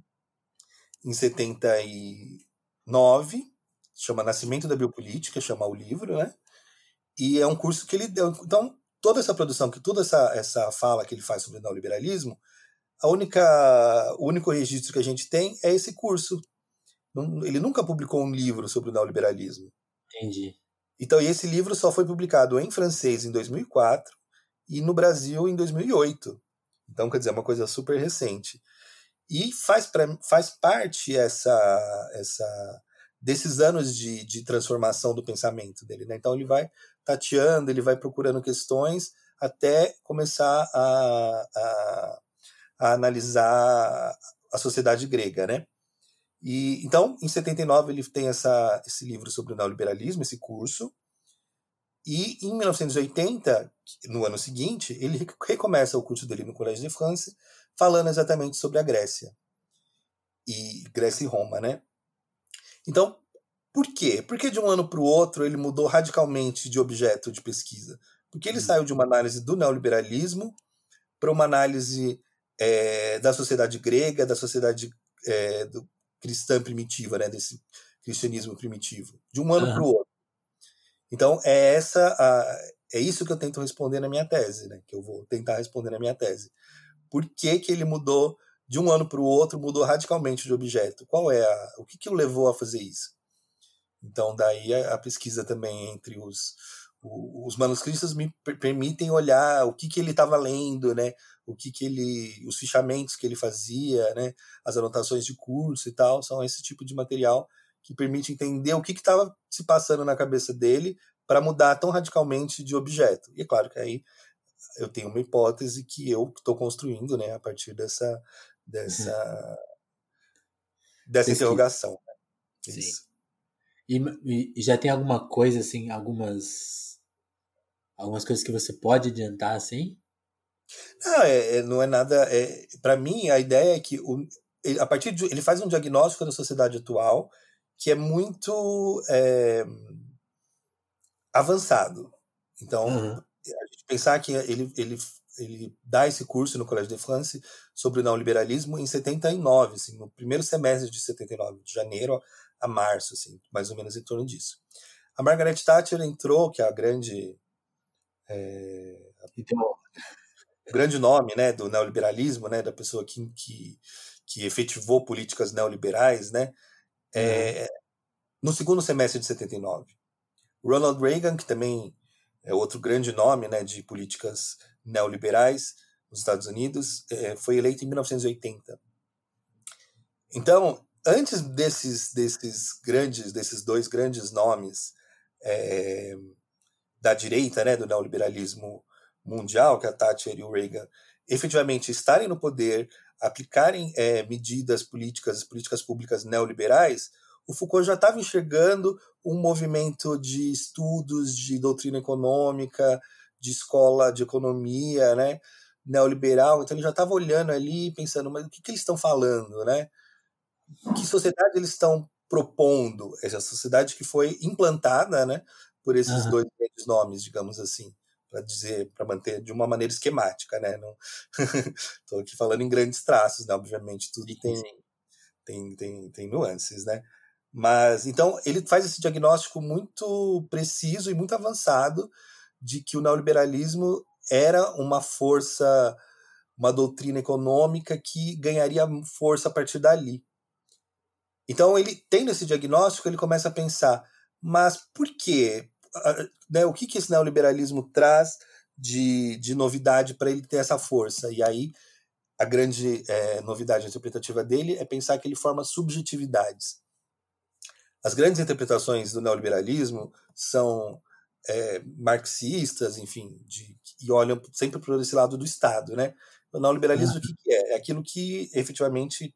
em setenta e nove, chama Nascimento da Biopolítica, chama o livro, né? E é um curso que ele deu. Então, toda essa produção, que toda essa, essa fala que ele faz sobre o neoliberalismo, a única, o único registro que a gente tem é esse curso. Ele nunca publicou um livro sobre o neoliberalismo. Entendi. Então, e esse livro só foi publicado em francês em dois mil e quatro e no Brasil em dois mil e oito. Então, quer dizer, é uma coisa super recente. E faz, pra, faz parte essa, essa, desses anos de, de transformação do pensamento dele, né? Então, ele vai tateando, ele vai procurando questões até começar a, a, a analisar a sociedade grega, né? E, então, em setenta e nove, ele tem essa, esse livro sobre o neoliberalismo, esse curso. E em mil novecentos e oitenta, no ano seguinte, ele recomeça o curso dele no Collège de France, falando exatamente sobre a Grécia. E Grécia e Roma, né? Então, por quê? Porque de um ano para o outro ele mudou radicalmente de objeto de pesquisa. Porque ele hum. saiu de uma análise do neoliberalismo para uma análise é, da sociedade grega, da sociedade é, do, cristã primitiva, né? Desse cristianismo primitivo. De um ano uhum. para o outro. Então, é, essa a, é isso que eu tento responder na minha tese, né? Que eu vou tentar responder na minha tese. Por que, que ele mudou de um ano para o outro, mudou radicalmente de objeto? Qual é a, o que, que o levou a fazer isso? Então, daí a, a pesquisa também entre os, o, os manuscritos me per permitem olhar o que, que ele estava lendo, né? O que, que ele, os fichamentos que ele fazia, né? As anotações de curso e tal, são esse tipo de material que permite entender o que estava se passando na cabeça dele para mudar tão radicalmente de objeto. E é claro que aí eu tenho uma hipótese que eu estou construindo, né, a partir dessa, dessa, dessa interrogação. Né? Isso. E, e já tem alguma coisa, assim, algumas, algumas coisas que você pode adiantar, assim? Não, é, não é nada... É, para mim, a ideia é que o, a partir de, ele faz um diagnóstico da sociedade atual que é muito é, avançado. Então, uhum. a gente pensar que ele, ele, ele dá esse curso no Collège de France sobre o neoliberalismo em setenta e nove, assim, no primeiro semestre de setenta e nove, de janeiro a março, assim, mais ou menos em torno disso. A Margaret Thatcher entrou, que é a grande... É, então, o grande nome, né, do neoliberalismo, né, da pessoa que, que, que efetivou políticas neoliberais, né, é, uhum. no segundo semestre de setenta e nove. Ronald Reagan, que também é outro grande nome, né, de políticas neoliberais nos Estados Unidos, é, foi eleito em mil novecentos e oitenta. Então, antes desses, desses grandes, desses dois grandes nomes é, da direita, né, do neoliberalismo mundial, que é a Thatcher e o Reagan, efetivamente estarem no poder, aplicarem é, medidas políticas, políticas públicas neoliberais, o Foucault já estava enxergando um movimento de estudos de doutrina econômica, de escola de economia, né, neoliberal. Então ele já estava olhando ali, pensando, mas o que, que eles estão falando, né? Que sociedade eles estão propondo? Essa sociedade que foi implantada, né, por esses uhum. dois grandes nomes, digamos assim, para dizer, para manter de uma maneira esquemática, né? Não estou aqui falando em grandes traços, né? Obviamente tudo Sim, tem, sim. tem, tem, tem nuances, né? Mas então ele faz esse diagnóstico muito preciso e muito avançado de que o neoliberalismo era uma força, uma doutrina econômica que ganharia força a partir dali. Então, ele tendo esse diagnóstico, ele começa a pensar, mas por quê? Né, o que, que esse neoliberalismo traz de, de novidade para ele ter essa força? E aí, a grande é, novidade interpretativa dele é pensar que ele forma subjetividades. As grandes interpretações do neoliberalismo são é, marxistas, enfim, de, e olham sempre por esse lado do Estado, né? O neoliberalismo, Ah, o que, que é? É aquilo que efetivamente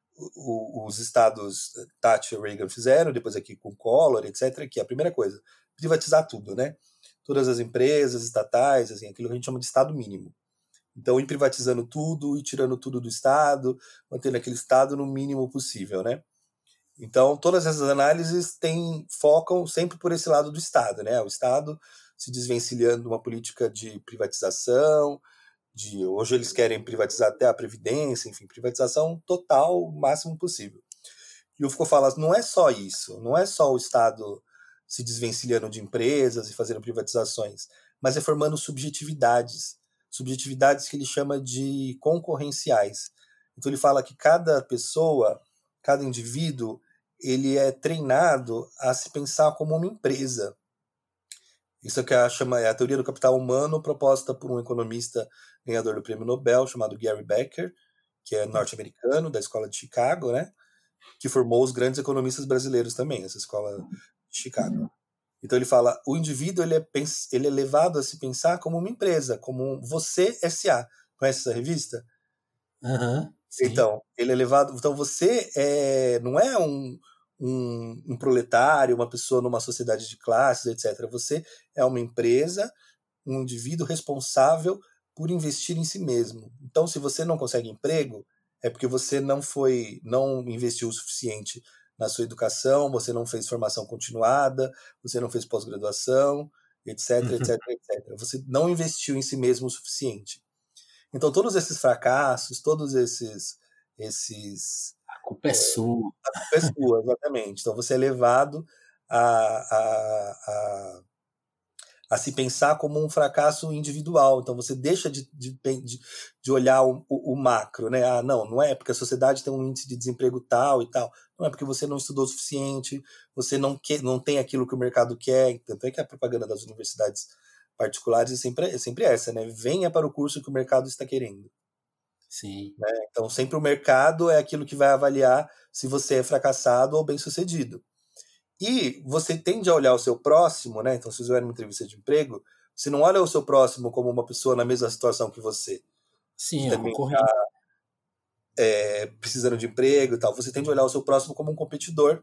o, os estados Thatcher e Reagan fizeram, depois aqui com Collor, etcétera, que é a primeira coisa, privatizar tudo, né? Todas as empresas estatais, assim, aquilo que a gente chama de Estado mínimo. Então, ir privatizando tudo, ir tirando tudo do Estado, mantendo aquele Estado no mínimo possível, né? Então, todas essas análises têm, focam sempre por esse lado do Estado, né? O Estado se desvencilhando de uma política de privatização, de, hoje eles querem privatizar até a Previdência, enfim, privatização total, o máximo possível. E o Foucault fala, não é só isso, não é só o Estado se desvencilhando de empresas e fazendo privatizações, mas é formando subjetividades, subjetividades que ele chama de concorrenciais. Então ele fala que cada pessoa, cada indivíduo, ele é treinado a se pensar como uma empresa. Isso é que a chama é a teoria do capital humano, proposta por um economista ganhador do prêmio Nobel chamado Gary Becker, que é norte-americano, da escola de Chicago, né? Que formou os grandes economistas brasileiros também, essa escola de Chicago. Então ele fala, o indivíduo ele é, ele é levado a se pensar como uma empresa, como um Você S A. Conhece essa revista? aham, sim. Então, ele é levado. Então, você é, não é um, um, um proletário, uma pessoa numa sociedade de classes, etcétera. Você é uma empresa, um indivíduo responsável por investir em si mesmo. Então, se você não consegue emprego, é porque você não foi, não investiu o suficiente na sua educação, você não fez formação continuada, você não fez pós-graduação, etc, etc, etcétera. Você não investiu em si mesmo o suficiente. Então, todos esses fracassos, todos esses. esses A culpa é sua. a culpa é sua, exatamente. Então, você é levado a, a, a, a se pensar como um fracasso individual. Então, você deixa de, de, de, de olhar o, o, o macro, né? Ah, não, não é porque a sociedade tem um índice de desemprego tal e tal. Não é porque você não estudou o suficiente, você não, quer, não tem aquilo que o mercado quer. Tanto é que a propaganda das universidades particulares é sempre, é sempre essa, né? Venha para o curso que o mercado está querendo. Sim. Né? Então, sempre o mercado é aquilo que vai avaliar se você é fracassado ou bem-sucedido. E você tende a olhar o seu próximo, né? Então, se você vai numa entrevista de emprego, você não olha o seu próximo como uma pessoa na mesma situação que você, que Sim, é o também está concorrente. é, precisando de emprego e tal. Você tende a olhar o seu próximo como um competidor.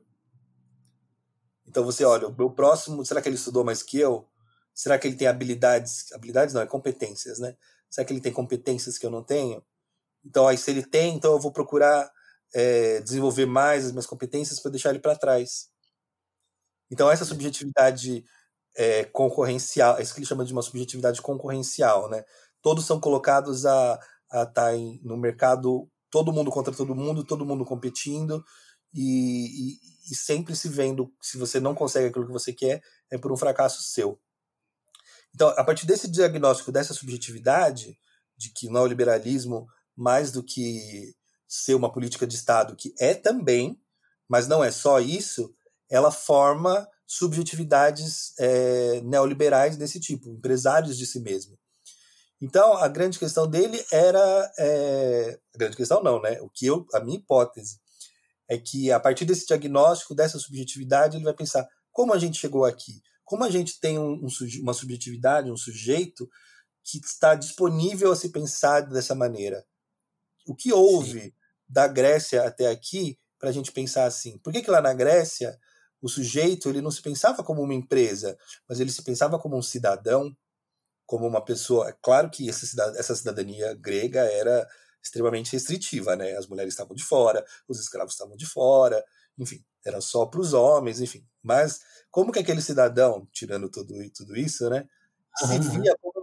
Então, você olha, o meu próximo, será que ele estudou mais que eu? Será que ele tem habilidades? Habilidades não, é competências, né? Será que ele tem competências que eu não tenho? Então, aí, se ele tem, então eu vou procurar é, desenvolver mais as minhas competências para deixar ele para trás. Então, essa subjetividade é, concorrencial, é isso que ele chama de uma subjetividade concorrencial, né? Todos são colocados a estar no mercado, todo mundo contra todo mundo, todo mundo competindo e, e, e sempre se vendo, se você não consegue aquilo que você quer, é por um fracasso seu. Então, a partir desse diagnóstico, dessa subjetividade, de que o neoliberalismo, mais do que ser uma política de Estado, que é também, mas não é só isso, ela forma subjetividades é, neoliberais desse tipo, empresários de si mesmo. Então, a grande questão dele era... É, a grande questão não, né? O que eu, a minha hipótese é que, a partir desse diagnóstico, dessa subjetividade, ele vai pensar como a gente chegou aqui, como a gente tem um, um, uma subjetividade, um sujeito que está disponível a se pensar dessa maneira. O que Sim. houve da Grécia até aqui para a gente pensar assim? Por que, que lá na Grécia o sujeito ele não se pensava como uma empresa, mas ele se pensava como um cidadão, como uma pessoa... É claro que essa, cidad essa cidadania grega era extremamente restritiva, né? As mulheres estavam de fora, os escravos estavam de fora, enfim, era só para os homens, enfim. Mas como que aquele cidadão, tirando tudo, tudo isso, né, se Aham, aham. via como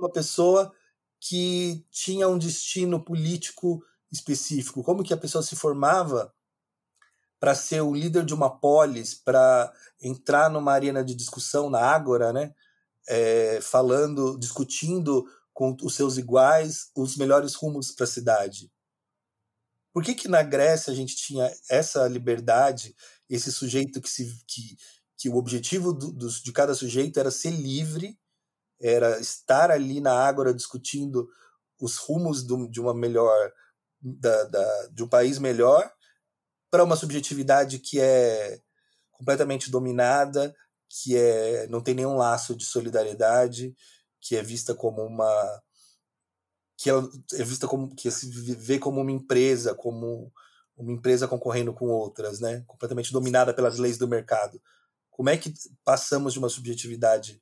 uma pessoa que tinha um destino político específico? Como que a pessoa se formava para ser o líder de uma polis, para entrar numa arena de discussão na Ágora, né? É, falando, discutindo com os seus iguais os melhores rumos para a cidade? Por que que na Grécia a gente tinha essa liberdade, esse sujeito que se que, que o objetivo do, do, de cada sujeito era ser livre, era estar ali na Ágora discutindo os rumos do, de uma melhor da, da, de um país melhor, para uma subjetividade que é completamente dominada, que é, não tem nenhum laço de solidariedade, que é vista como uma que é vista como que se vê como uma empresa, como uma empresa concorrendo com outras, né? Completamente dominada pelas leis do mercado. Como é que passamos de uma subjetividade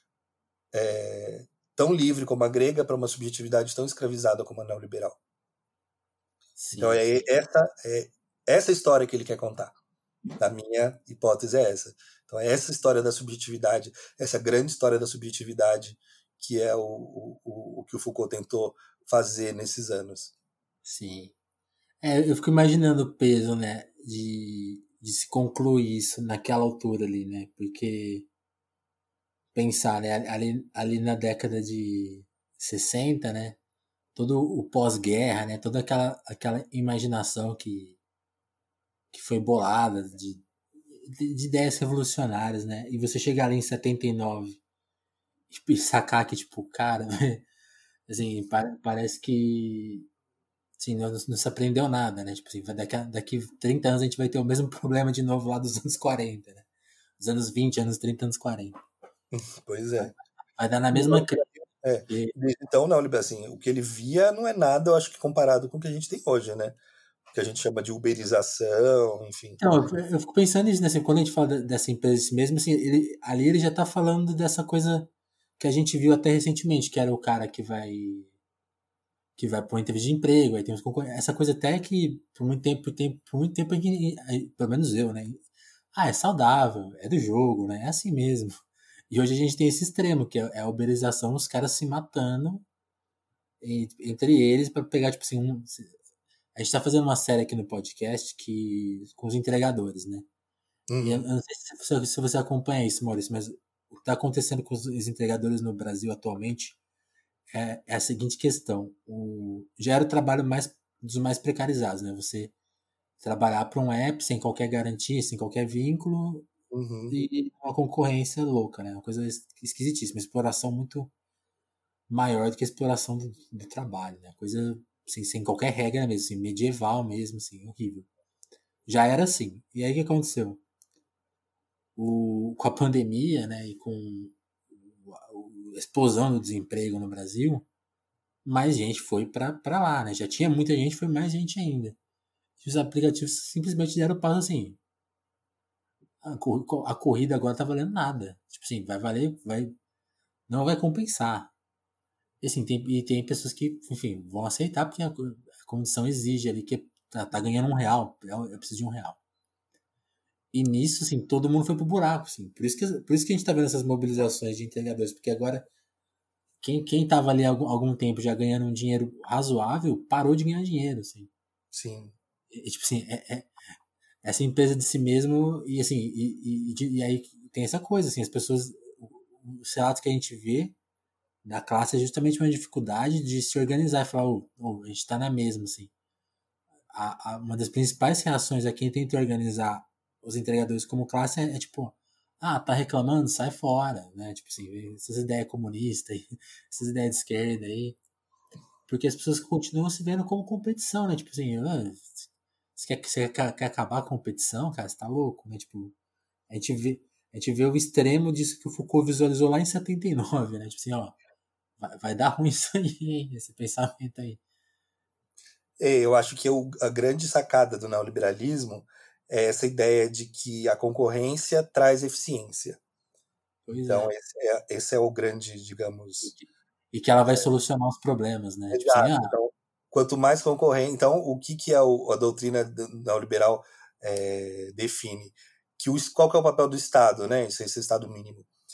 é, tão livre como a grega para uma subjetividade tão escravizada como a neoliberal? Sim, então é sim. essa é essa história que ele quer contar. A minha hipótese é essa. Então é essa história da subjetividade, essa grande história da subjetividade que é o, o, o que o Foucault tentou fazer nesses anos. Sim. É, eu fico imaginando o peso, né, de, de se concluir isso naquela altura ali, né? Porque pensar, né, ali, ali na década de sessenta, né? Todo o pós-guerra, né? Toda aquela, aquela imaginação que, que foi bolada de, de, de ideias revolucionárias, né? E você chegar ali em setenta e nove e sacar que, tipo, cara, assim, pa- parece que assim, não, não se aprendeu nada, né? Tipo assim, daqui, a, daqui trinta anos a gente vai ter o mesmo problema de novo lá dos anos quarenta, né? Dos anos vinte, anos trinta, anos quarenta. Pois Vai, é. vai dar na E o mesma crise. É, desde então, não, assim, o que ele via não é nada, eu acho que comparado com o que a gente tem hoje, né? O que a gente chama de uberização, enfim. Então, eu, eu fico pensando nisso, né? Assim, quando a gente fala dessa empresa mesmo, assim, ele, ali ele já tá falando dessa coisa que a gente viu até recentemente, que era o cara que vai que vai para uma entrevista de emprego, aí tem os concorrentes, essa coisa até que por muito tempo, por tempo, por muito tempo, a gente- aí, pelo menos eu, né? Ah, é saudável, é do jogo, né? É assim mesmo. E hoje a gente tem esse extremo, que é é a uberização, os caras se matando en- entre eles para pegar, tipo assim, um, a gente tá fazendo uma série aqui no podcast que, com os entregadores, né? E eu, eu Uhum, não sei se você, se você acompanha isso, Maurício, mas o que tá acontecendo com os os entregadores no Brasil atualmente é, é a seguinte questão. O, já era o trabalho mais dos mais precarizados, né? Você trabalhar para um app sem qualquer garantia, sem qualquer vínculo uhum. e uma concorrência louca, né? Uma coisa esquisitíssima, exploração muito maior do que a exploração do, do trabalho, né? Coisa assim, sem qualquer regra mesmo, assim, medieval mesmo, assim, horrível. Já era assim. E aí o que aconteceu? O, com a pandemia, né, e com a explosão do desemprego no Brasil, mais gente foi para lá, né? Já tinha muita gente, foi mais gente ainda. E os aplicativos simplesmente deram passo assim. A, a corrida agora tá valendo nada. Tipo assim, vai valer, vai, não vai compensar. E assim, tem, e tem pessoas que, enfim, vão aceitar porque a, a condição exige ali que tá, tá ganhando um real, eu, eu preciso de um real. E nisso, assim, todo mundo foi pro buraco, assim. Por isso que, por isso que a gente tá vendo essas mobilizações de entregadores, porque agora quem, quem tava ali há algum, algum tempo já ganhando um dinheiro razoável, parou de ganhar dinheiro, assim. Sim. E, tipo assim, é, é, essa empresa de si mesmo, e assim, e, e, e, e aí tem essa coisa, assim, as pessoas, os relatos que a gente vê da classe é justamente uma dificuldade de se organizar e falar, oh, oh, a gente tá na mesma, assim. A, a, uma das principais reações a quem tenta organizar os entregadores como classe é, é tipo, ah, tá reclamando? Sai fora, né? Tipo assim, essas ideias comunistas, essas ideias de esquerda aí. Porque as pessoas continuam se vendo como competição, né? Tipo assim, ah, você, quer, você quer, quer acabar a competição, cara? Você tá louco, né? Tipo, a gente vê, a gente vê o extremo disso que o Foucault visualizou lá em setenta e nove, né? Tipo assim, ó, vai, vai dar ruim isso aí, hein? Esse pensamento aí. É, eu acho que o, a grande sacada do neoliberalismo é essa ideia de que a concorrência traz eficiência. Pois Então, é. esse é, esse é o grande, E digamos. que, e que ela vai solucionar os problemas, né? Tipo assim, Exato. ah, Então, quanto mais concorrência. Então, o que, que é o, a doutrina neoliberal é, define? Que o, qual que é o papel do Estado, né? Esse, esse Estado mínimo.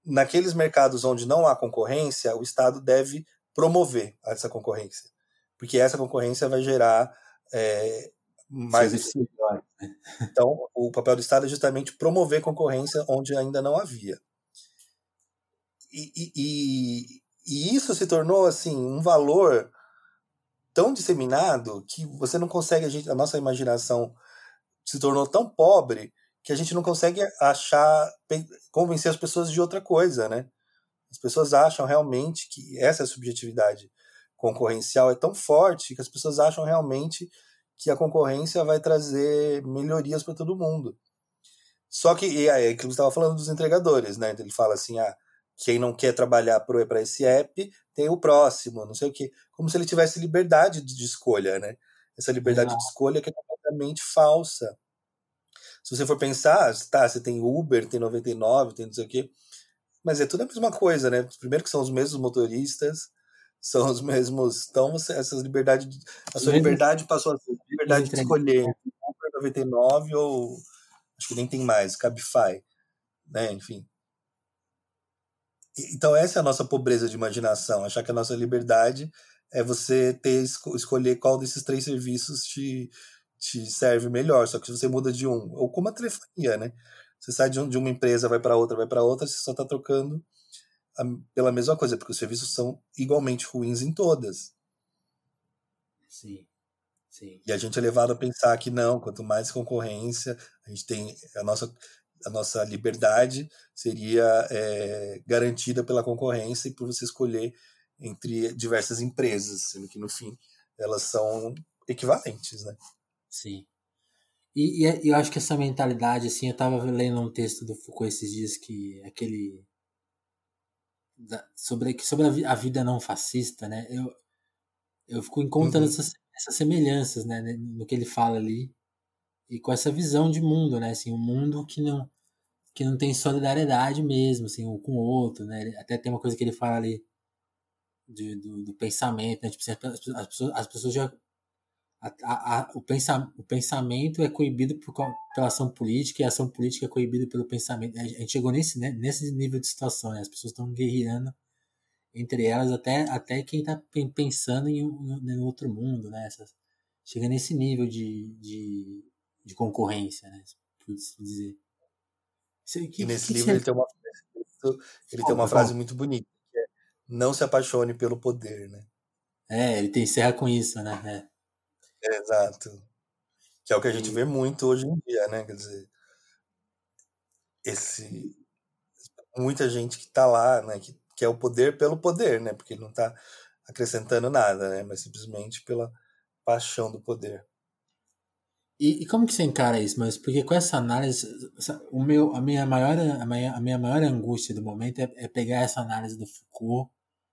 naqueles mercados onde não há concorrência, o Estado deve promover essa concorrência, porque essa concorrência vai gerar é, mais eficiência. Então, o papel do Estado é justamente promover concorrência onde ainda não havia. E, e, e isso se tornou assim um valor tão disseminado que você não consegue, a, gente, a nossa imaginação se tornou tão pobre que a gente não consegue achar, convencer as pessoas de outra coisa, né? As pessoas acham realmente que essa subjetividade concorrencial é tão forte que as pessoas acham realmente que a concorrência vai trazer melhorias para todo mundo. Só que, e aí, aquilo que você estava falando dos entregadores, né? Ele fala assim, ah, quem não quer trabalhar para esse app, tem o próximo, não sei o quê. Como se ele tivesse liberdade de escolha, né? Essa liberdade Exato. de escolha que é completamente falsa. Se você for pensar, tá, você tem Uber, tem noventa e nove, tem não sei o quê, mas é tudo a mesma coisa, né? Primeiro que são os mesmos motoristas, são os mesmos... Então, você, essas liberdades... A sua liberdade passou a ser a liberdade de escolher Uber noventa e nove ou... Acho que nem tem mais, Cabify, né? Enfim. Então, essa é a nossa pobreza de imaginação, achar que a nossa liberdade é você ter escolher qual desses três serviços te, te serve melhor, só que você muda de um. Ou como a telefonia, né? Você sai de, um, de uma empresa, vai para outra, vai para outra, você só está trocando a, pela mesma coisa, porque os serviços são igualmente ruins em todas. Sim, sim. E a gente é levado a pensar que não, quanto mais concorrência, a gente tem a nossa, a nossa liberdade seria é, garantida pela concorrência e por você escolher entre diversas empresas, sendo que no fim elas são equivalentes, né? Sim. E, e eu acho que essa mentalidade, assim, eu estava lendo um texto do Foucault esses dias que aquele da, sobre sobre a, a vida não fascista, né? Eu eu fico encontrando uhum. essas, essas semelhanças, né, no que ele fala ali e com essa visão de mundo, né? Assim, um mundo que não que não tem solidariedade mesmo, assim, um com o outro, né? Até tem uma coisa que ele fala ali de, do, do pensamento, né? Tipo, assim, as, as, pessoas, as pessoas já A, a, a, o, pensa, o pensamento é coibido por, pela ação política e a ação política é coibida pelo pensamento. A gente chegou nesse, né, nesse nível de situação, né? As pessoas estão guerreando entre elas até, até quem está pensando em, em, em outro mundo, né? Essas, chega nesse nível de, de, de concorrência, né? Por dizer. Que, e nesse que, livro que ele, tem uma, ele tem uma frase muito bonita, que é não se apaixone pelo poder, né? É, ele tem encerra com isso, né? É. É, exato. Que é o que a gente vê muito hoje em dia, né? Quer dizer, esse, muita gente que está lá, né? Que quer o poder pelo poder, né? Porque ele não está acrescentando nada, né? Mas simplesmente pela paixão do poder. E, e como que você encara isso? Mas porque com essa análise, o meu, a minha maior, a minha, a minha maior angústia do momento é, é pegar essa análise do Foucault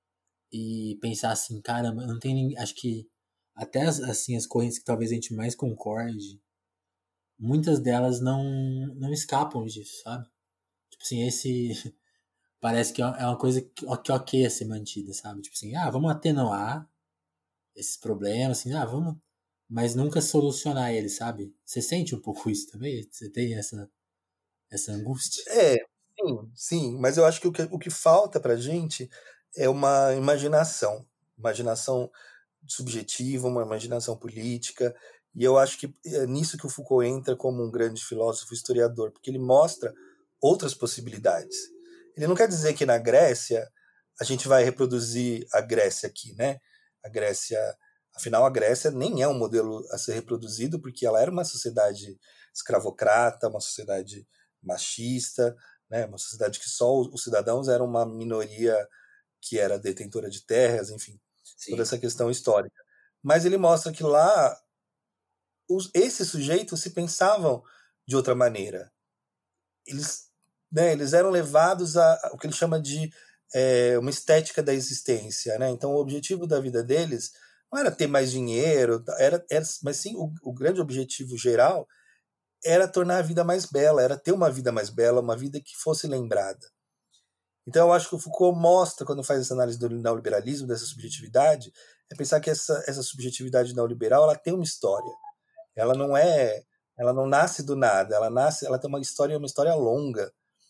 e pensar assim, caramba, não tem ninguém, acho que até as, assim, as correntes que talvez a gente mais concorde, muitas delas não, não escapam disso, sabe? Tipo assim, esse parece que é uma coisa que, que ok a ser mantida, sabe? Tipo assim, ah, vamos atenuar esses problemas, assim, ah, vamos, mas nunca solucionar eles, sabe? Você sente um pouco isso também? Você tem essa, essa angústia? É, sim, sim, mas eu acho que o que, o que falta pra gente é uma imaginação, imaginação subjetiva, uma imaginação política, e eu acho que é nisso que o Foucault entra como um grande filósofo historiador, porque ele mostra outras possibilidades. Ele não quer dizer que na Grécia a gente vai reproduzir a Grécia aqui, né? A Grécia, afinal a Grécia nem é um modelo a ser reproduzido, porque ela era uma sociedade escravocrata, uma sociedade machista, né? Uma sociedade que só os cidadãos eram uma minoria que era detentora de terras, enfim, Sim. toda essa questão histórica. Mas ele mostra que lá os, esses sujeitos se pensavam de outra maneira. Eles, né, eles eram levados a, a o que ele chama de é, uma estética da existência, né? Então o objetivo da vida deles não era ter mais dinheiro, era, era, mas sim o, o grande objetivo geral era tornar a vida mais bela, era ter uma vida mais bela, uma vida que fosse lembrada. Então eu acho que o Foucault mostra, quando faz essa análise do neoliberalismo, dessa subjetividade, é pensar que essa, essa subjetividade neoliberal ela tem uma história. Ela não é, ela não nasce do nada, ela nasce, ela tem uma história, uma história longa.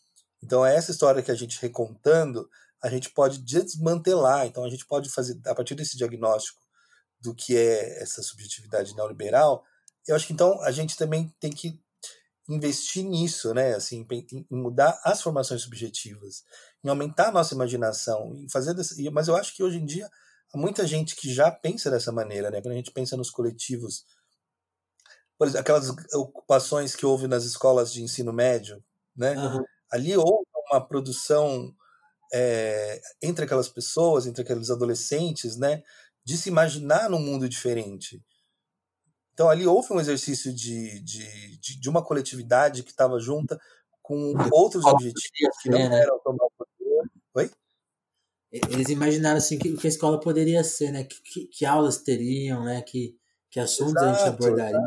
Então, é essa história que a gente recontando, a gente pode desmantelar. Então, a gente pode fazer, a partir desse diagnóstico do que é essa subjetividade neoliberal, eu acho que então a gente também tem que investir nisso, né? Assim, em mudar as formações subjetivas, em aumentar a nossa imaginação, em fazer dessa... Mas eu acho que hoje em dia há muita gente que já pensa dessa maneira, né? Quando a gente pensa nos coletivos, por exemplo, aquelas ocupações que houve nas escolas de ensino médio, né? Aham. Ali houve uma produção é, entre aquelas pessoas, entre aqueles adolescentes, né? De se imaginar num mundo diferente. Então ali houve um exercício de, de, de, de uma coletividade que estava junta com outros objetivos que não ser, né? eram tomar poder. Oi? Eles imaginaram assim que, que a escola poderia ser, né? Que, que, que aulas teriam, né? Que, que assuntos a gente Exato, abordaria.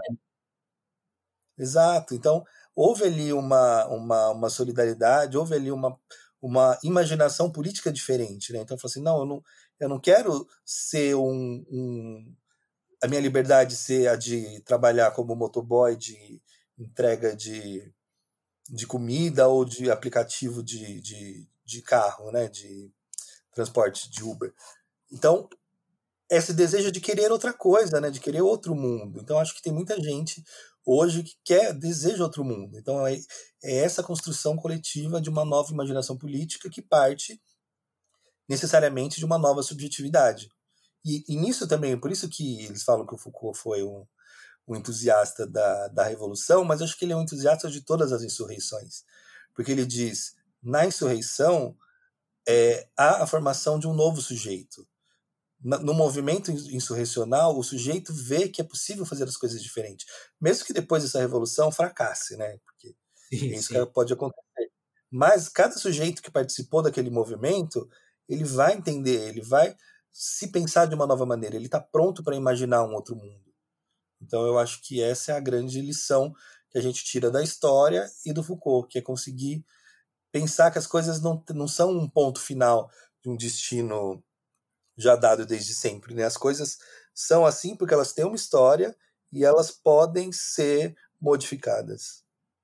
exato. Então houve ali uma, uma, uma solidariedade, houve ali uma, uma imaginação política diferente, né? Então eu falei assim, não, eu não, eu não quero ser um, um a minha liberdade ser a de trabalhar como motoboy de entrega de, de comida ou de aplicativo de, de, de carro, né, de transporte de Uber. Então, esse desejo de querer outra coisa, né, de querer outro mundo. Então, acho que tem muita gente hoje que quer, deseja outro mundo. Então, é, é essa construção coletiva de uma nova imaginação política que parte necessariamente de uma nova subjetividade. E, e nisso também, por isso que eles falam que o Foucault foi um, um entusiasta da, da Revolução, mas acho que ele é um entusiasta de todas as insurreições. Porque ele diz, na insurreição, é, há a formação de um novo sujeito. No movimento insurrecional, o sujeito vê que é possível fazer as coisas diferentes. Mesmo que depois dessa revolução fracasse, né? Porque Sim, é isso sim. que pode acontecer. Mas cada sujeito que participou daquele movimento, ele vai entender, ele vai se pensar de uma nova maneira, ele está pronto para imaginar um outro mundo. Então eu acho que essa é a grande lição que a gente tira da história e do Foucault, que é conseguir pensar que as coisas não, não são um ponto final de um destino já dado desde sempre, né? As coisas são assim porque elas têm uma história e elas podem ser modificadas.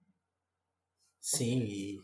Sim, e,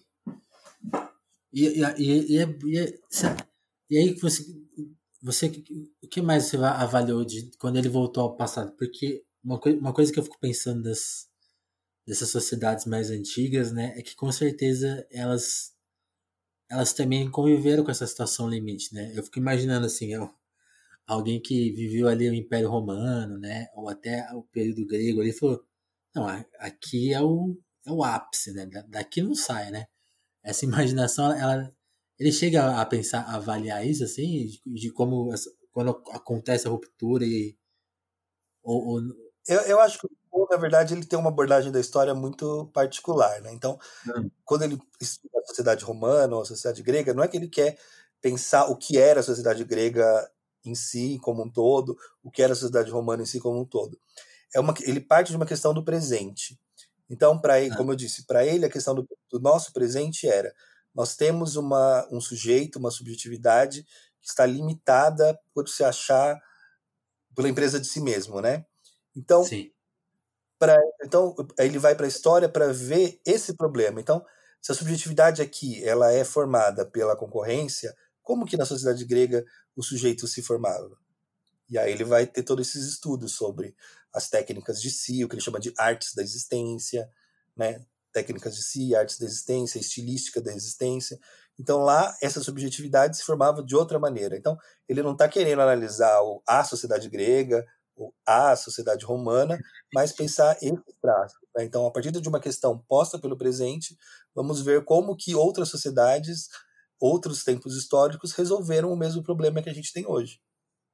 e, e, e, e, e, e aí você, você, o que mais você avaliou de quando ele voltou ao passado? Porque uma, coi uma coisa que eu fico pensando das, dessas sociedades mais antigas, né, é que com certeza elas, elas também conviveram com essa situação limite, né? Eu fico imaginando assim, eu, alguém que viveu ali o Império Romano, né, ou até o período grego, ele falou, não, aqui é o, é o ápice, né? Daqui não sai, né? Essa imaginação, ela, ele chega a pensar, a avaliar isso, assim, de, de como, quando acontece a ruptura e... Ou, ou... Eu, eu acho que, na verdade, ele tem uma abordagem da história muito particular, né? Então, Não. quando ele estuda a sociedade romana ou a sociedade grega, não é que ele quer pensar o que era a sociedade grega em si, como um todo, o que era a sociedade romana em si, como um todo. É uma, ele parte de uma questão do presente. Então, para ele, Ah, como eu disse, para ele a questão do, do nosso presente era: nós temos uma, um sujeito, uma subjetividade que está limitada por se achar pela empresa de si mesmo, né? Então, sim. pra, então ele vai para a história para ver esse problema. Então, se a subjetividade aqui ela é formada pela concorrência, como que na sociedade grega o sujeito se formava? E aí ele vai ter todos esses estudos sobre as técnicas de si, o que ele chama de artes da existência, né? Técnicas de si, artes da existência, estilística da existência. Então lá essa subjetividade se formava de outra maneira. Então ele não está querendo analisar a sociedade grega, ou a sociedade romana, mas pensar esses traços. Né? Então a partir de uma questão posta pelo presente, vamos ver como que outras sociedades, outros tempos históricos resolveram o mesmo problema que a gente tem hoje.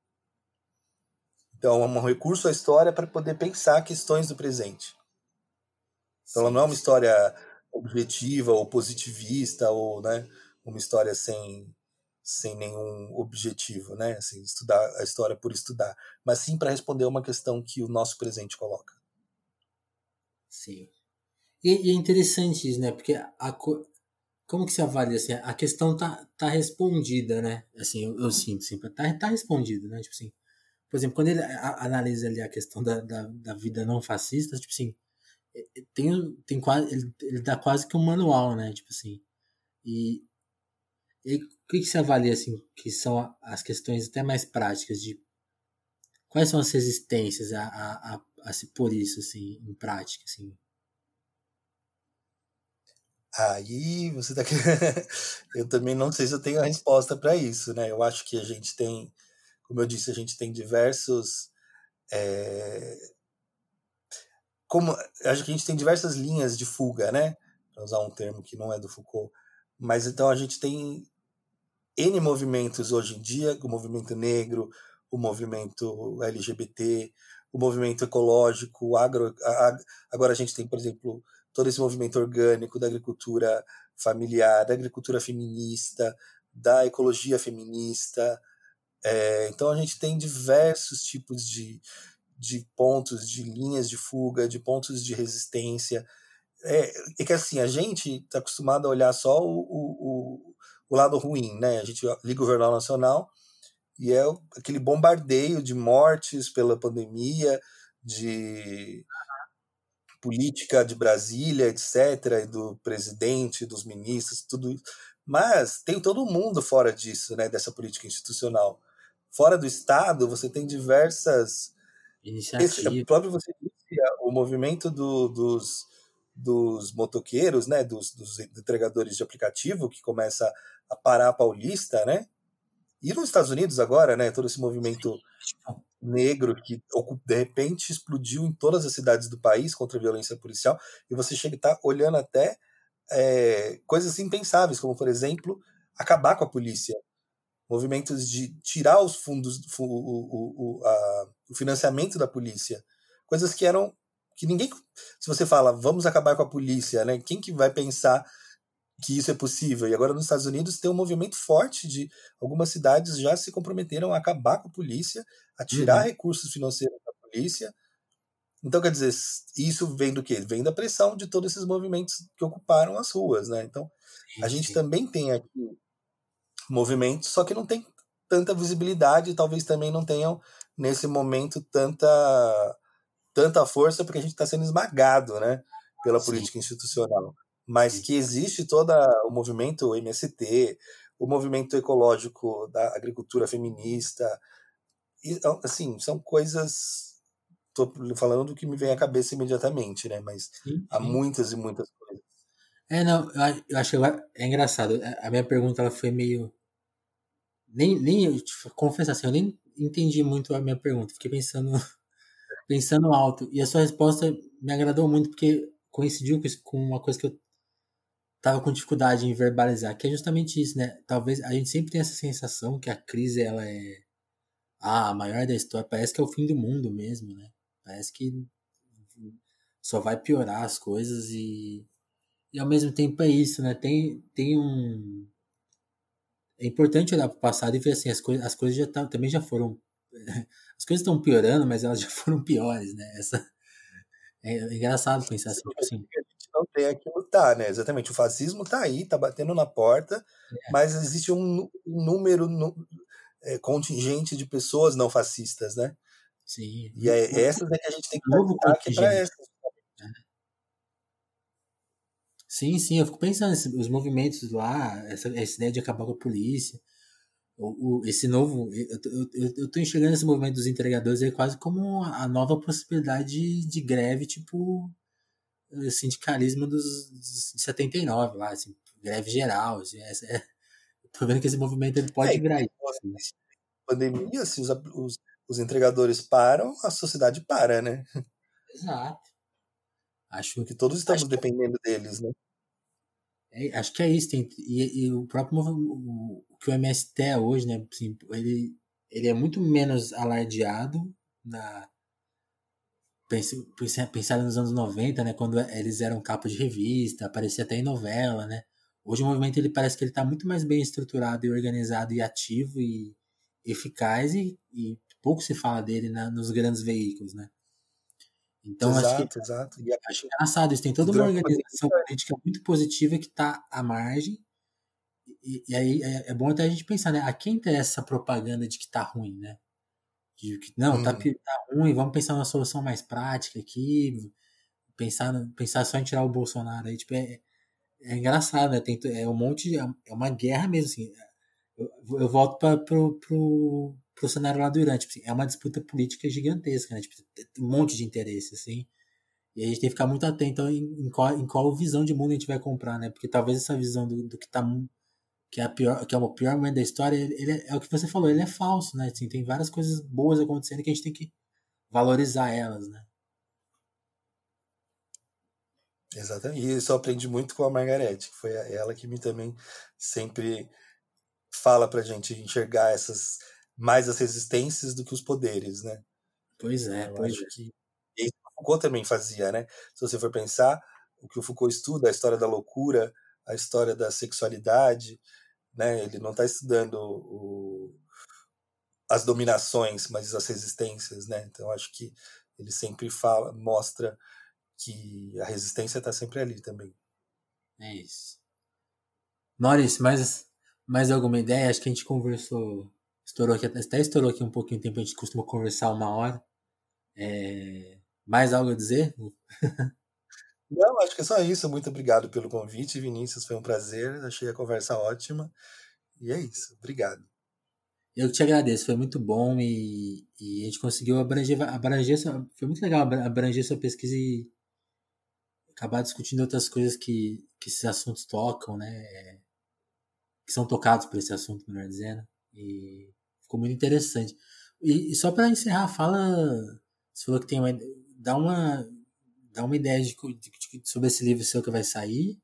Então, é um recurso à história para poder pensar questões do presente. Então, ela não é Sim, uma sim. história objetiva ou positivista ou, né, uma história sem, sem nenhum objetivo, né, assim, estudar a história por estudar, mas sim para responder uma questão que o nosso presente coloca. Sim. E, e é interessante isso, né? Porque a, como que se avalia assim? A questão tá, tá respondida, né? Assim, eu, eu sinto, assim, tá, tá respondida, né? Tipo assim, por exemplo, quando ele a, analisa ali a questão da, da, da vida não fascista, tipo assim, tem, tem quase, ele, ele dá quase que um manual, né? Tipo assim, E, e o que, que você avalia, assim, que são as questões até mais práticas de quais são as resistências a, a, a, a se pôr isso, assim, em prática, assim? Aí você tá. Eu também não sei se eu tenho a resposta para isso, né? Eu acho que a gente tem, como eu disse, a gente tem diversos. É... Como... Acho que a gente tem diversas linhas de fuga, né? Para usar um termo que não é do Foucault. Mas então a gente tem N movimentos hoje em dia, o movimento negro, o movimento L G B T, o movimento ecológico, o agro, a, agora a gente tem, por exemplo, todo esse movimento orgânico da agricultura familiar, da agricultura feminista, da ecologia feminista. É, então a gente tem diversos tipos de, de pontos, de linhas de fuga, de pontos de resistência. É, é que assim, a gente está acostumado a olhar só o, o, o lado ruim, né? A gente liga o Jornal Nacional e é aquele bombardeio de mortes pela pandemia, de política de Brasília, etc., e do presidente, dos ministros, tudo isso. Mas tem todo mundo fora disso, né? Dessa política institucional. Fora do Estado, você tem diversas. Esse, Iniciativa. próprio você disse, o movimento do, dos, dos motoqueiros, né, dos, dos entregadores de aplicativo, que começa a parar a Paulista, né? E nos Estados Unidos agora, né, todo esse movimento negro que de repente explodiu em todas as cidades do país contra a violência policial, e você chega e está olhando até é, coisas impensáveis, como, por exemplo, acabar com a polícia. Movimentos de tirar os fundos, o, o, o, a, o financiamento da polícia. Coisas que eram. Que ninguém. Se você fala, vamos acabar com a polícia, né? Quem que vai pensar que isso é possível? E agora nos Estados Unidos tem um movimento forte de algumas cidades já se comprometeram a acabar com a polícia, a tirar Uhum. recursos financeiros da polícia. Então, quer dizer, isso vem do quê? Vem da pressão de todos esses movimentos que ocuparam as ruas, né? Então, a Sim, gente sim. também tem aqui movimentos, só que não tem tanta visibilidade e talvez também não tenham, nesse momento, tanta, tanta força, porque a gente está sendo esmagado, né, pela Sim, política institucional. Mas sim. que existe todo o movimento M S T, o movimento ecológico da agricultura feminista, e, assim, são coisas. Estou falando do que me vem à cabeça imediatamente, né? Mas Sim, há sim. muitas e muitas coisas. É, não, eu, a- eu acho que agora é engraçado. A a minha pergunta ela foi meio. Nem, nem eu te confesso assim, eu nem entendi muito a minha pergunta. Fiquei pensando, pensando alto. E a sua resposta me agradou muito, porque coincidiu com, isso- com uma coisa que eu tava com dificuldade em verbalizar, que é justamente isso, né? Talvez a gente sempre tem essa sensação que a crise ela é ah, a maior da história. Parece que é o fim do mundo mesmo, né? Parece que só vai piorar as coisas e, e ao mesmo tempo é isso, né? Tem, tem um. É importante olhar para o passado e ver assim, as, coi as coisas já tá, também já foram. As coisas estão piorando, mas elas já foram piores, né? Essa, é engraçado pensar assim, tipo assim. A gente não tem que lutar, né? Exatamente. O fascismo está aí, está batendo na porta, mas existe um, um número no, é, contingente de pessoas não fascistas, né? Sim, E é, um essas é que a gente tem que dar novo destaque para contingente. essas. Sim, sim, eu fico pensando, esse- os movimentos lá, essa, essa ideia de acabar com a polícia, o, o- esse novo. Eu, tô- eu, eu, eu tô enxergando esse movimento dos entregadores aí quase como a nova possibilidade de, de greve, tipo eh, sindicalismo dos, dos de setenta e nove lá, assim, greve geral. Assim, essa, é, tô vendo que esse movimento ele É, pode e virar tem isso. Assim. pandemia, se os, os, os entregadores param, a sociedade para, né? Exato. Acho, Porque todos acho estamos dependendo deles, né? É, acho que é isso. Tem, e, e o próprio o, o que o M S T é hoje, né? Assim, ele, ele é muito menos alardeado na pense- pensado nos anos noventa, né? Quando eles eram capa de revista, aparecia até em novela, né? Hoje o movimento ele parece que ele está muito mais bem estruturado e organizado e ativo e eficaz e, e pouco se fala dele na, nos grandes veículos, né? Então acho que Exato, exato. E, a, acho engraçado isso. Tem e toda uma durante a pandemia, organização política muito positiva que está à margem. E, e aí é, é bom até a gente pensar, né? A quem interessa essa propaganda de que tá ruim, né? De que não, tá, hum, pi- tá ruim, vamos pensar numa solução mais prática aqui, pensar, no- pensar só em tirar o Bolsonaro aí, tipo, é, é engraçado, né? Tem, é um monte de, é uma guerra mesmo, assim. Eu, eu volto para pro, pro, pro cenário lá do Irã, tipo assim, é uma disputa política gigantesca, né? Tipo, tem um monte de interesse, assim. E a gente tem que ficar muito atento em, em, qual, em qual visão de mundo a gente vai comprar, né? Porque talvez essa visão do, do que tá que é a pior, que é o pior momento da história, ele, ele é, é o que você falou, ele é falso, né? Assim, tem várias coisas boas acontecendo que a gente tem que valorizar elas, né? Exatamente. E isso eu aprendi muito com a Margarete, que foi ela que me também sempre fala pra gente enxergar essas mais as resistências do que os poderes, né? Pois Então é, eu pois acho é. que e isso o Foucault também fazia, né? Se você for pensar, o que o Foucault estuda, a história da loucura, a história da sexualidade, né? Ele não está estudando o, as dominações, mas as resistências, né? Então acho que ele sempre fala, mostra que a resistência está sempre ali também. É isso. Maurício, mais, mais alguma ideia? Acho que a gente conversou, estourou aqui, até estourou aqui um pouquinho de tempo, a gente costuma conversar uma hora. É, mais algo a dizer? Não, acho que é só isso. Muito obrigado pelo convite, Vinícius. Foi um prazer. Achei a conversa ótima. E é isso. Obrigado. Eu que te agradeço, foi muito bom e, e a gente conseguiu abranger, abranger, foi muito legal abranger sua pesquisa e acabar discutindo outras coisas que, que esses assuntos tocam, né? Que são tocados por esse assunto, melhor dizendo. E ficou muito interessante. E, e só para encerrar a fala, você falou que tem uma. Dá uma, dá uma ideia de, de, de, sobre esse livro seu que vai sair.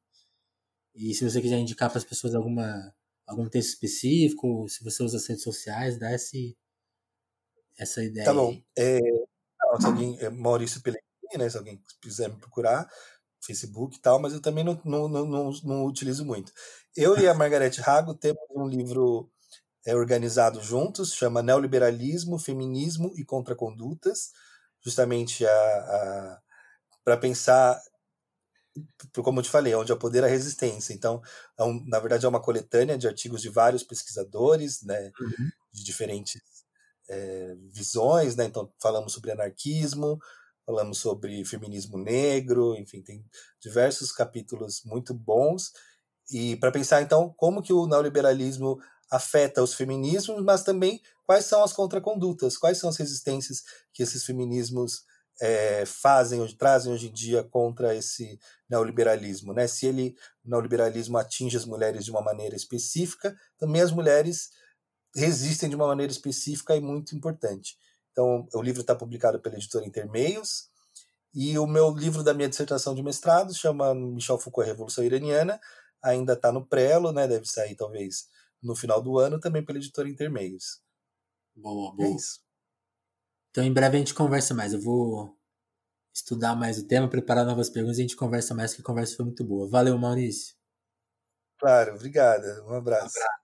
E se você quiser indicar para as pessoas alguma, algum texto específico, se você usa as redes sociais, dá esse, essa Tá ideia bom. aí. É, não, se alguém, é Maurício Pellegrini, né? Se alguém quiser me procurar, Facebook e tal, mas eu também não, não, não, não, não utilizo muito. Eu e a Margarete Rago temos um livro é, organizado juntos, chama Neoliberalismo, Feminismo e Contracondutas, justamente a, a para pensar, como eu te falei, onde é o poder a resistência. Então, é um, na verdade, é uma coletânea de artigos de vários pesquisadores, né, Uhum. de diferentes é, visões, né? Então, falamos sobre anarquismo, falamos sobre feminismo negro, enfim, tem diversos capítulos muito bons. E para pensar, então, como que o neoliberalismo afeta os feminismos, mas também quais são as contracondutas, quais são as resistências que esses feminismos é, fazem, hoje, trazem hoje em dia contra esse neoliberalismo, né? Se ele, o neoliberalismo atinge as mulheres de uma maneira específica, também as mulheres resistem de uma maneira específica e muito importante. Então, o livro está publicado pela editora Intermeios, e o meu livro da minha dissertação de mestrado chama Michel Foucault, a Revolução Iraniana, ainda está no prelo, né? Deve sair talvez no final do ano, também pela editora Intermeios. Boa, E é boa. isso. Então, em breve a gente conversa mais. Eu vou estudar mais o tema, preparar novas perguntas e a gente conversa mais, que a conversa foi muito boa. Valeu, Maurício. Claro, obrigada. Um abraço.